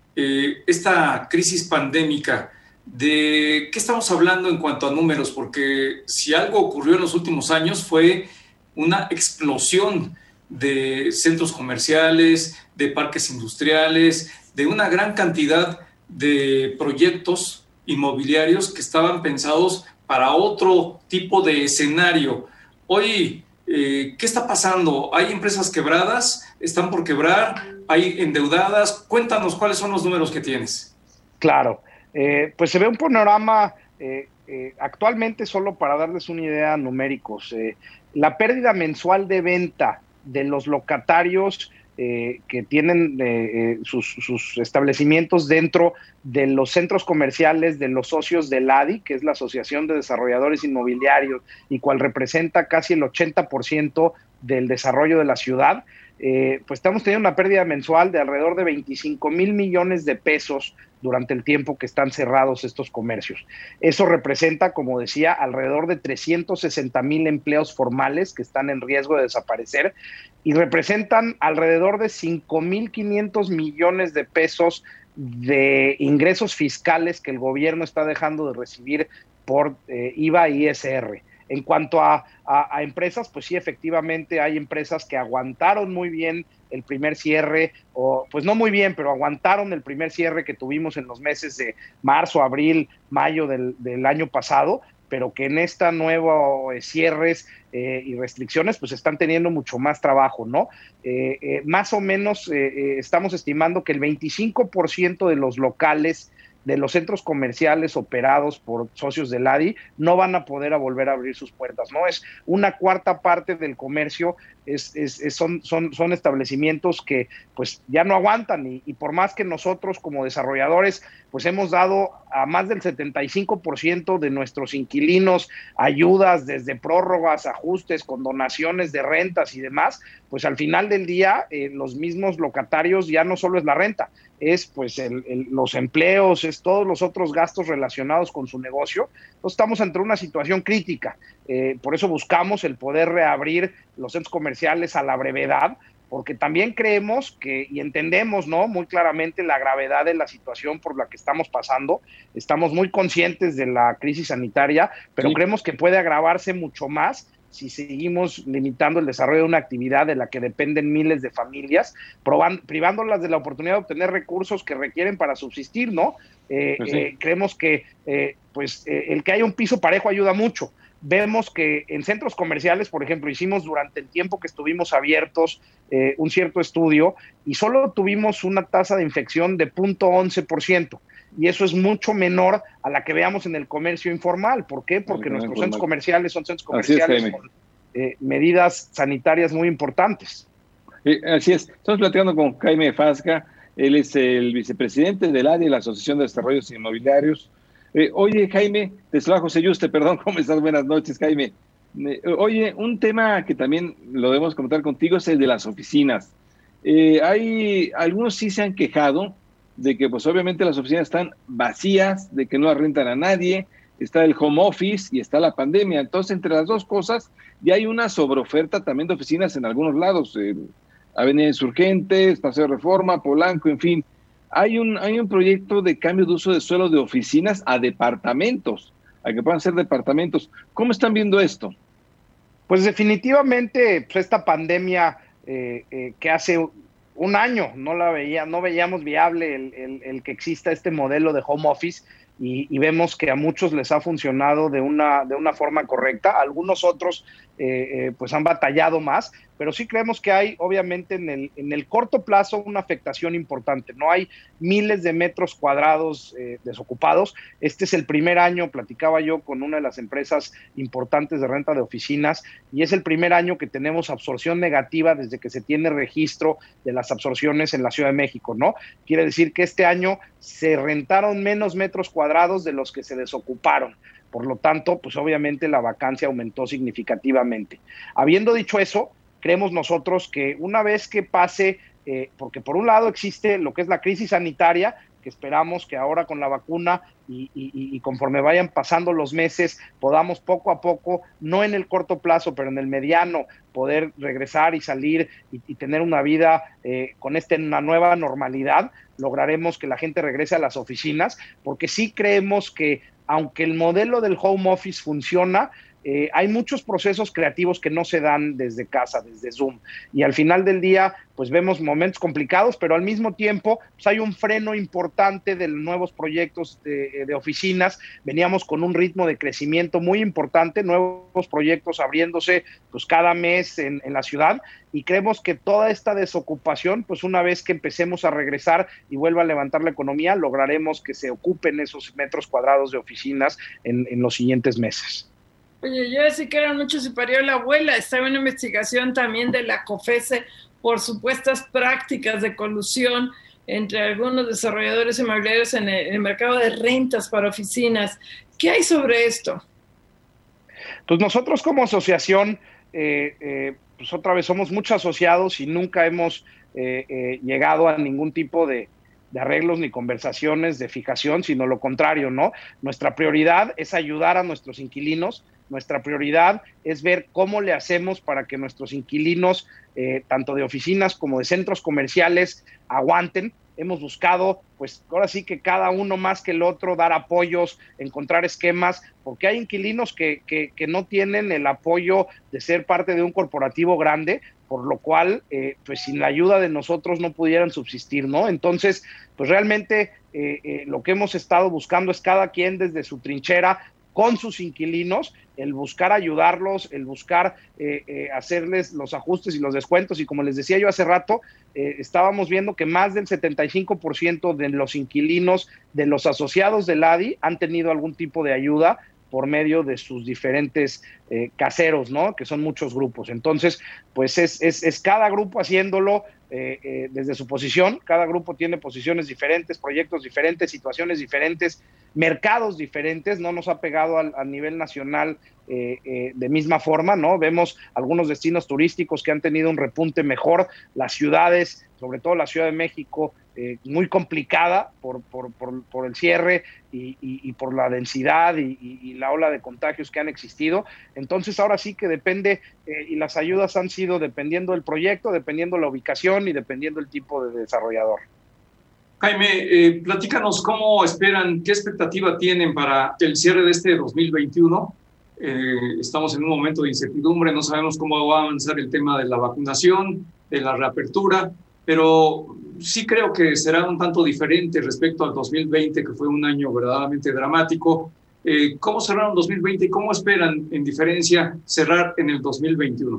esta crisis pandémica. ¿De qué estamos hablando en cuanto a números? Porque si algo ocurrió en los últimos años fue una explosión de centros comerciales, de parques industriales, de una gran cantidad de proyectos inmobiliarios que estaban pensados para otro tipo de escenario. Hoy, ¿qué está pasando? ¿Hay empresas quebradas? ¿Están por quebrar? ¿Hay endeudadas? Cuéntanos cuáles son los números que tienes. Claro, pues se ve un panorama actualmente, solo para darles una idea numéricos, la pérdida mensual de venta de los locatarios que tienen sus establecimientos dentro de los centros comerciales de los socios del ADI, que es la Asociación de Desarrolladores Inmobiliarios, y cual representa casi el 80% del desarrollo de la ciudad, pues estamos teniendo una pérdida mensual de alrededor de 25 mil millones de pesos durante el tiempo que están cerrados estos comercios. Eso representa, como decía, alrededor de 360 mil empleos formales que están en riesgo de desaparecer y representan alrededor de 5.500 millones de pesos de ingresos fiscales que el gobierno está dejando de recibir por IVA y ISR. En cuanto a empresas, pues sí, efectivamente hay empresas que aguantaron muy bien el primer cierre, o pues no muy bien, pero aguantaron el primer cierre que tuvimos en los meses de marzo, abril, mayo del año pasado, pero que en esta nueva cierres y restricciones pues están teniendo mucho más trabajo, ¿no? Más o menos estamos estimando que el 25% de los locales de los centros comerciales operados por socios del ADI no van a poder volver a abrir sus puertas, ¿no? Es una cuarta parte del comercio, son establecimientos que pues ya no aguantan y por más que nosotros como desarrolladores pues hemos dado a más del 75% de nuestros inquilinos ayudas desde prórrogas, ajustes, condonaciones de rentas y demás, pues al final del día los mismos locatarios ya no solo es la renta, es pues los empleos, es todos los otros gastos relacionados con su negocio. Entonces estamos ante una situación crítica, por eso buscamos el poder reabrir los centros comerciales a la brevedad, porque también creemos y entendemos, ¿no?, muy claramente la gravedad de la situación por la que estamos pasando. Estamos muy conscientes de la crisis sanitaria, pero creemos que puede agravarse mucho más si seguimos limitando el desarrollo de una actividad de la que dependen miles de familias, privándolas de la oportunidad de obtener recursos que requieren para subsistir, ¿no? Creemos que el que haya un piso parejo ayuda mucho. Vemos que en centros comerciales, por ejemplo, hicimos durante el tiempo que estuvimos abiertos un cierto estudio y solo tuvimos una tasa de infección de 0.11%. Y eso es mucho menor a la que veamos en el comercio informal. ¿Por qué? Porque nuestros centros comerciales son centros comerciales con medidas sanitarias muy importantes. Así es. Estamos platicando con Jaime Fasga. Él es el vicepresidente del ADI, la Asociación de Desarrollos Inmobiliarios. Oye, Jaime, te saluda José Yuste, perdón, ¿cómo estás? Buenas noches, Jaime. Oye, un tema que también lo debemos comentar contigo es el de las oficinas. Algunos sí se han quejado de que pues obviamente las oficinas están vacías, de que no las rentan a nadie, está el home office y está la pandemia. Entonces, entre las dos cosas, ya hay una sobreoferta también de oficinas en algunos lados, Avenida Insurgentes, Paseo Reforma, Polanco, en fin. Hay un proyecto de cambio de uso de suelo de oficinas a departamentos, a que puedan ser departamentos. ¿Cómo están viendo esto? Pues definitivamente pues esta pandemia que hace un año no veíamos viable el que exista este modelo de home office y vemos que a muchos les ha funcionado de una forma correcta. Algunos otros pues han batallado más, pero sí creemos que hay obviamente en el corto plazo una afectación importante. No hay miles de metros cuadrados desocupados. Este es el primer año, platicaba yo con una de las empresas importantes de renta de oficinas, y es el primer año que tenemos absorción negativa desde que se tiene registro de las absorciones en la Ciudad de México, ¿no? Quiere decir que este año se rentaron menos metros cuadrados de los que se desocuparon. Por lo tanto, pues obviamente la vacancia aumentó significativamente. Habiendo dicho eso, creemos nosotros que una vez que pase, porque por un lado existe lo que es la crisis sanitaria, que esperamos que ahora con la vacuna y conforme vayan pasando los meses, podamos poco a poco, no en el corto plazo, pero en el mediano, poder regresar y salir y tener una vida con una nueva normalidad. Lograremos que la gente regrese a las oficinas, porque sí creemos que aunque el modelo del home office funciona, hay muchos procesos creativos que no se dan desde casa, desde Zoom, y al final del día pues vemos momentos complicados, pero al mismo tiempo pues hay un freno importante de nuevos proyectos de oficinas. Veníamos con un ritmo de crecimiento muy importante, nuevos proyectos abriéndose pues cada mes en la ciudad, y creemos que toda esta desocupación, pues una vez que empecemos a regresar y vuelva a levantar la economía, lograremos que se ocupen esos metros cuadrados de oficinas en los siguientes meses. Oye, yo decía que eran muchos y parió la abuela. Estaba una investigación también de la COFESE por supuestas prácticas de colusión entre algunos desarrolladores inmobiliarios en el mercado de rentas para oficinas. ¿Qué hay sobre esto? Pues nosotros como asociación, pues otra vez somos muchos asociados y nunca hemos llegado a ningún tipo de arreglos ni conversaciones de fijación, sino lo contrario, ¿no? Nuestra prioridad es ayudar a nuestros inquilinos. Nuestra prioridad es ver cómo le hacemos para que nuestros inquilinos, tanto de oficinas como de centros comerciales, aguanten. Hemos buscado, pues ahora sí que cada uno más que el otro, dar apoyos, encontrar esquemas, porque hay inquilinos que no tienen el apoyo de ser parte de un corporativo grande, por lo cual, pues sin la ayuda de nosotros no pudieran subsistir, ¿no? Entonces, pues realmente lo que hemos estado buscando es cada quien desde su trinchera, con sus inquilinos, el buscar ayudarlos, el buscar hacerles los ajustes y los descuentos. Y como les decía yo hace rato, estábamos viendo que más del 75% de los inquilinos, de los asociados del ADI, han tenido algún tipo de ayuda por medio de sus diferentes caseros, ¿no? Que son muchos grupos. Entonces, pues es cada grupo haciéndolo desde su posición. Cada grupo tiene posiciones diferentes, proyectos diferentes, situaciones diferentes, mercados diferentes. No nos ha pegado a nivel nacional de misma forma, ¿no? Vemos algunos destinos turísticos que han tenido un repunte mejor, las ciudades, sobre todo la Ciudad de México, muy complicada por el cierre y por la densidad y la ola de contagios que han existido. Entonces ahora sí que depende, y las ayudas han sido dependiendo del proyecto, dependiendo la ubicación y dependiendo el tipo de desarrollador. Jaime, platícanos cómo esperan, qué expectativa tienen para el cierre de este 2021. Estamos en un momento de incertidumbre, no sabemos cómo va a avanzar el tema de la vacunación, de la reapertura, pero sí creo que será un tanto diferente respecto al 2020, que fue un año verdaderamente dramático. ¿Cómo cerraron 2020 y cómo esperan, en diferencia, cerrar en el 2021?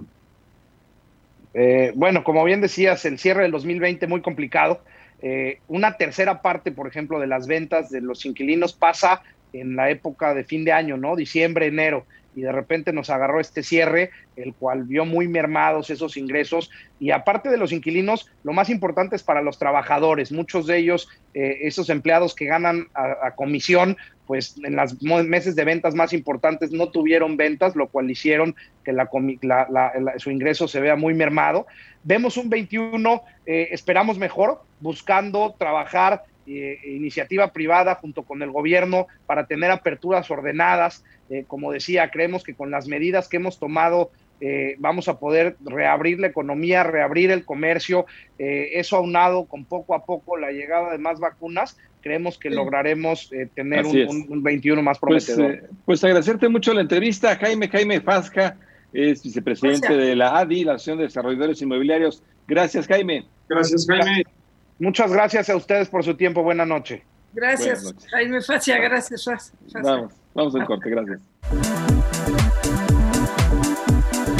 Bueno, como bien decías, el cierre del 2020 muy complicado. Una tercera parte, por ejemplo, de las ventas de los inquilinos pasa en la época de fin de año, ¿no? Diciembre, enero, y de repente nos agarró este cierre, el cual vio muy mermados esos ingresos. Y aparte de los inquilinos, lo más importante es para los trabajadores. Muchos de ellos, esos empleados que ganan a comisión, pues en los meses de ventas más importantes no tuvieron ventas, lo cual hicieron que su ingreso se vea muy mermado. Vemos un 21, esperamos mejor, buscando trabajar iniciativa privada junto con el gobierno para tener aperturas ordenadas. Como decía, creemos que con las medidas que hemos tomado vamos a poder reabrir la economía, reabrir el comercio. Eso aunado con poco a poco la llegada de más vacunas, creemos que lograremos tener un 21 más prometedor. Pues agradecerte mucho la entrevista, Jaime Fasca, es vicepresidente de la ADI, la Asociación de Desarrolladores Inmobiliarios. Gracias, Jaime. Gracias, Jaime. Muchas gracias a ustedes por su tiempo. Buenas noches. Gracias, Jaime Fascia. Gracias, Fascia. Vamos al corte. Gracias.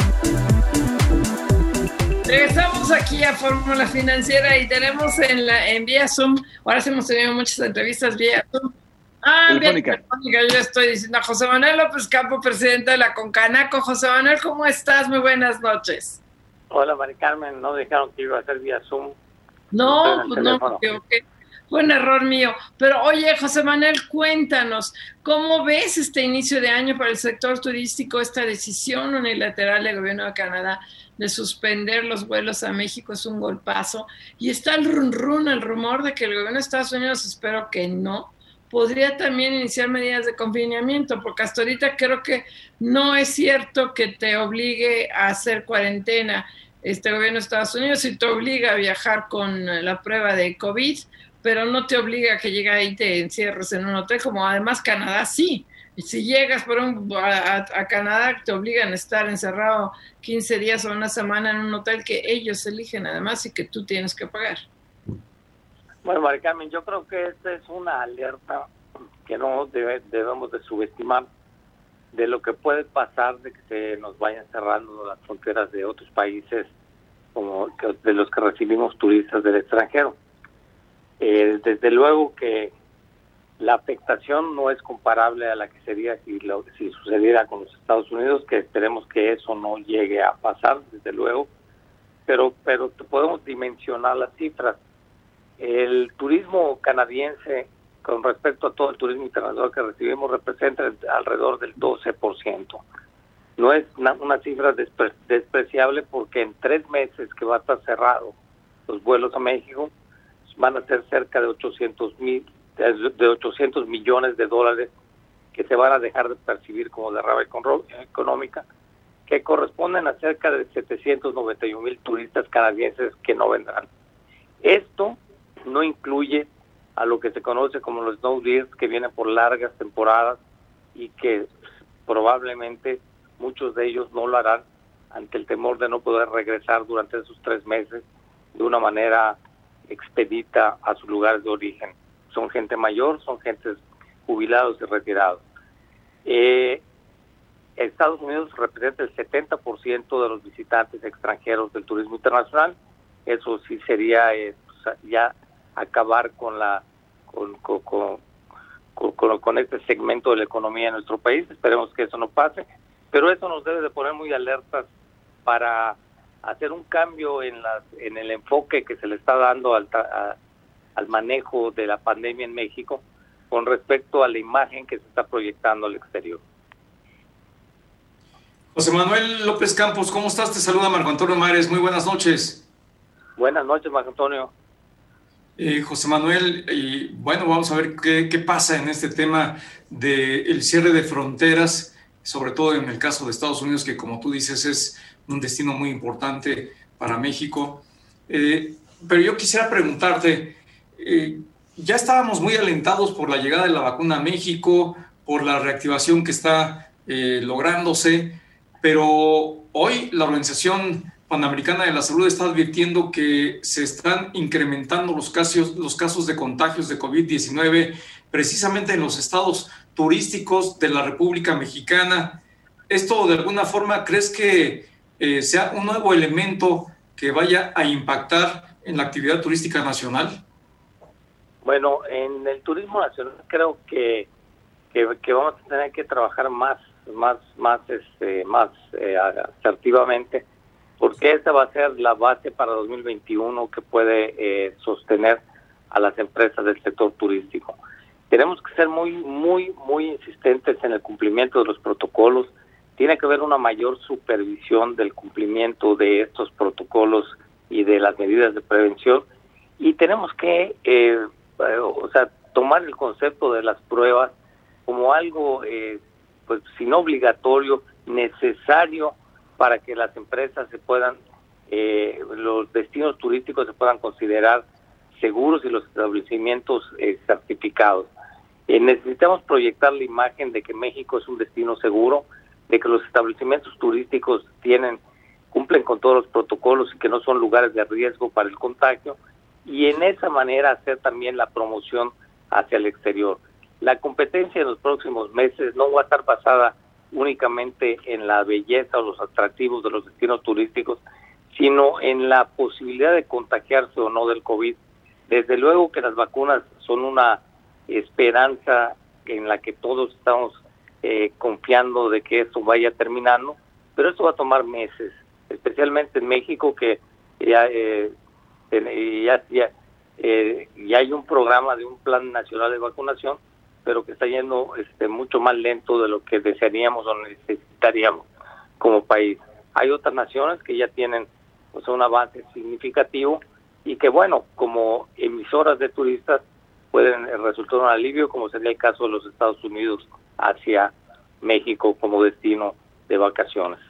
Regresamos aquí a Fórmula Financiera y tenemos en vía Zoom, ahora sí hemos tenido muchas entrevistas vía Zoom. Telefónica. Yo estoy diciendo a José Manuel López Campo, presidente de la Concanaco. José Manuel, ¿cómo estás? Muy buenas noches. Hola, Mari Carmen, no dijeron que iba a ser vía Zoom. No, pues no, okay. Fue un error mío. Pero oye, José Manuel, cuéntanos, ¿cómo ves este inicio de año para el sector turístico, esta decisión unilateral del gobierno de Canadá de suspender los vuelos a México? Es un golpazo. Y está el rumor de que el gobierno de Estados Unidos, espero que no, podría también iniciar medidas de confinamiento, porque hasta ahorita creo que no es cierto que te obligue a hacer cuarentena este gobierno de Estados Unidos, y te obliga a viajar con la prueba de COVID, pero no te obliga a que llegue ahí y te encierres en un hotel, como además Canadá sí. Y si llegas a Canadá, te obligan a estar encerrado 15 días o una semana en un hotel que ellos eligen además y que tú tienes que pagar. Bueno, Mari Carmen, yo creo que esta es una alerta que no debemos de subestimar de lo que puede pasar de que se nos vayan cerrando las fronteras de otros países, como de los que recibimos turistas del extranjero. Desde luego que la afectación no es comparable a la que sería si sucediera con los Estados Unidos, que esperemos que eso no llegue a pasar, desde luego, pero podemos dimensionar las cifras. El turismo canadiense, con respecto a todo el turismo internacional que recibimos, representa alrededor del 12%. No es una cifra despreciable, porque en 3 meses que va a estar cerrado los vuelos a México, van a ser cerca de 800 millones de dólares que se van a dejar de percibir como derrama económica, que corresponden a cerca de 791,000 turistas canadienses que no vendrán. Esto no incluye a lo que se conoce como los snow deals, que vienen por largas temporadas y que probablemente muchos de ellos no lo harán ante el temor de no poder regresar durante esos 3 meses de una manera expedita a sus lugares de origen. Son gente mayor, son gentes jubilados y retirados. Estados Unidos representa el 70% de los visitantes extranjeros del turismo internacional. Eso sí sería ya acabar con este segmento de la economía en nuestro país. Esperemos que eso no pase, pero eso nos debe de poner muy alertas para hacer un cambio en el enfoque que se le está dando al manejo de la pandemia en México con respecto a la imagen que se está proyectando al exterior. José Manuel López Campos, ¿cómo estás? Te saluda Marco Antonio Mares, muy buenas noches. Buenas noches, Marco Antonio. José Manuel, y bueno, vamos a ver qué pasa en este tema del cierre de fronteras, sobre todo en el caso de Estados Unidos, que como tú dices es un destino muy importante para México. Pero yo quisiera preguntarte, ya estábamos muy alentados por la llegada de la vacuna a México, por la reactivación que está lográndose, pero hoy la Organización Panamericana de la Salud está advirtiendo que se están incrementando los casos de contagios de COVID-19 precisamente en los estados turísticos de la República Mexicana. ¿Esto de alguna forma crees que sea un nuevo elemento que vaya a impactar en la actividad turística nacional? Bueno, en el turismo nacional creo que vamos a tener que trabajar más asertivamente, porque esa va a ser la base para 2021 que puede sostener a las empresas del sector turístico. Tenemos que ser muy insistentes en el cumplimiento de los protocolos. Tiene que haber una mayor supervisión del cumplimiento de estos protocolos y de las medidas de prevención, y tenemos que tomar el concepto de las pruebas como algo pues si no obligatorio, necesario para que las empresas se puedan, los destinos turísticos se puedan considerar seguros y los establecimientos certificados. Necesitamos proyectar la imagen de que México es un destino seguro, de que los establecimientos turísticos cumplen con todos los protocolos y que no son lugares de riesgo para el contagio, y en esa manera hacer también la promoción hacia el exterior. La competencia en los próximos meses no va a estar basada únicamente en la belleza o los atractivos de los destinos turísticos, sino en la posibilidad de contagiarse o no del COVID. Desde luego que las vacunas son una esperanza en la que todos estamos confiando de que esto vaya terminando, pero esto va a tomar meses, especialmente en México, que ya hay un programa de un plan nacional de vacunación, pero que está yendo mucho más lento de lo que desearíamos o necesitaríamos como país. Hay otras naciones que ya tienen un avance significativo y que, bueno, como emisoras de turistas pueden resultar un alivio, como sería el caso de los Estados Unidos hacia México como destino de vacaciones.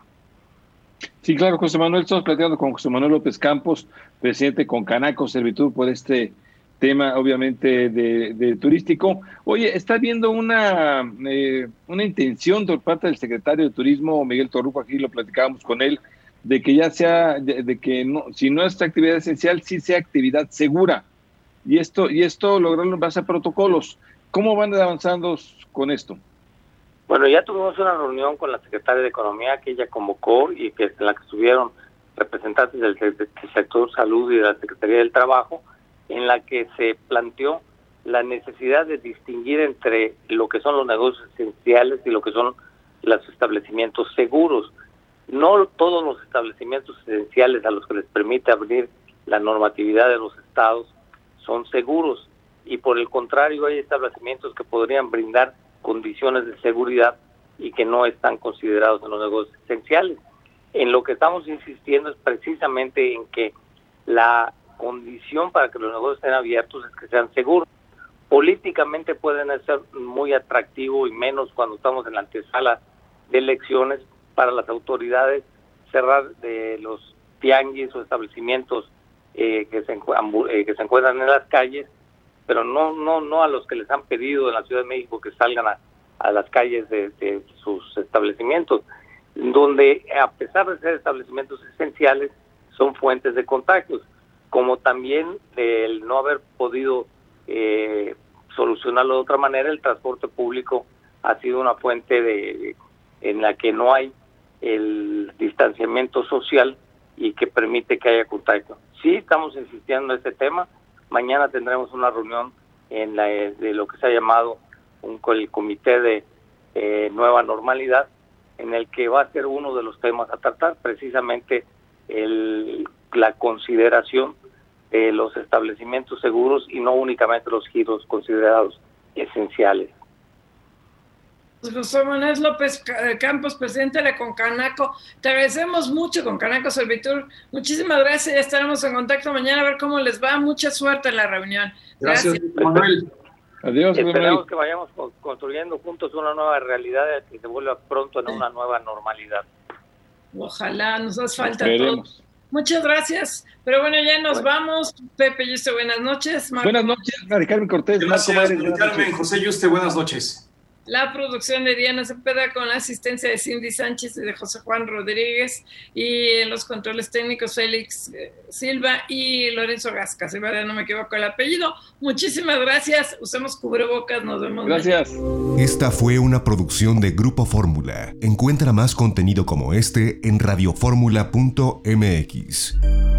Sí, claro, José Manuel, estamos platicando con José Manuel López Campos, presidente con Canaco Servitur, por este tema, obviamente, de turístico. Oye, está viendo una intención por parte del secretario de Turismo, Miguel Torruco, aquí lo platicábamos con él, de que ya sea, de que no, si no es actividad esencial, sí sea actividad segura. Y esto lograrlo en base a protocolos. ¿Cómo van avanzando con esto? Bueno, ya tuvimos una reunión con la secretaria de Economía que ella convocó y en la que estuvieron representantes del sector salud y de la Secretaría del Trabajo, en la que se planteó la necesidad de distinguir entre lo que son los negocios esenciales y lo que son los establecimientos seguros. No todos los establecimientos esenciales a los que les permite abrir la normatividad de los estados son seguros, y por el contrario hay establecimientos que podrían brindar condiciones de seguridad y que no están considerados en los negocios esenciales. En lo que estamos insistiendo es precisamente en que la condición para que los negocios estén abiertos es que sean seguros. Políticamente pueden ser muy atractivos, y menos cuando estamos en la antesala de elecciones, para las autoridades cerrar los tianguis o establecimientos que se encuentran en las calles, pero no a los que les han pedido en la Ciudad de México que salgan a las calles de sus establecimientos, donde a pesar de ser establecimientos esenciales son fuentes de contagios, como también el no haber podido solucionarlo de otra manera. El transporte público ha sido una fuente en la que no hay el distanciamiento social y que permite que haya contagio. Sí, estamos insistiendo en este tema. Mañana tendremos una reunión de lo que se ha llamado el Comité de Nueva Normalidad, en el que va a ser uno de los temas a tratar, precisamente la consideración de los establecimientos seguros y no únicamente los giros considerados esenciales. José Manuel López Campos, presidente de Concanaco, te agradecemos mucho, Concanaco Servitur. Muchísimas gracias, ya estaremos en contacto mañana a ver cómo les va. Mucha suerte en la reunión. Gracias, Manuel. Adiós. Esperamos que vayamos construyendo juntos una nueva realidad que se vuelva pronto en una nueva normalidad. Ojalá, nos hace falta todo. Muchas gracias. Pero bueno, ya nos vamos. Pepe Yuste, buenas noches. Buenas noches, Mari Carmen Cortés. Gracias, Mari Carmen. José Yuste, buenas noches. La producción de Diana Cepeda con la asistencia de Cindy Sánchez y de José Juan Rodríguez, y en los controles técnicos Félix Silva y Lorenzo Gasca, si no me equivoco el apellido. Muchísimas gracias, usemos cubrebocas, nos vemos. Gracias. Esta fue una producción de Grupo Fórmula. Encuentra más contenido como este en radioformula.mx.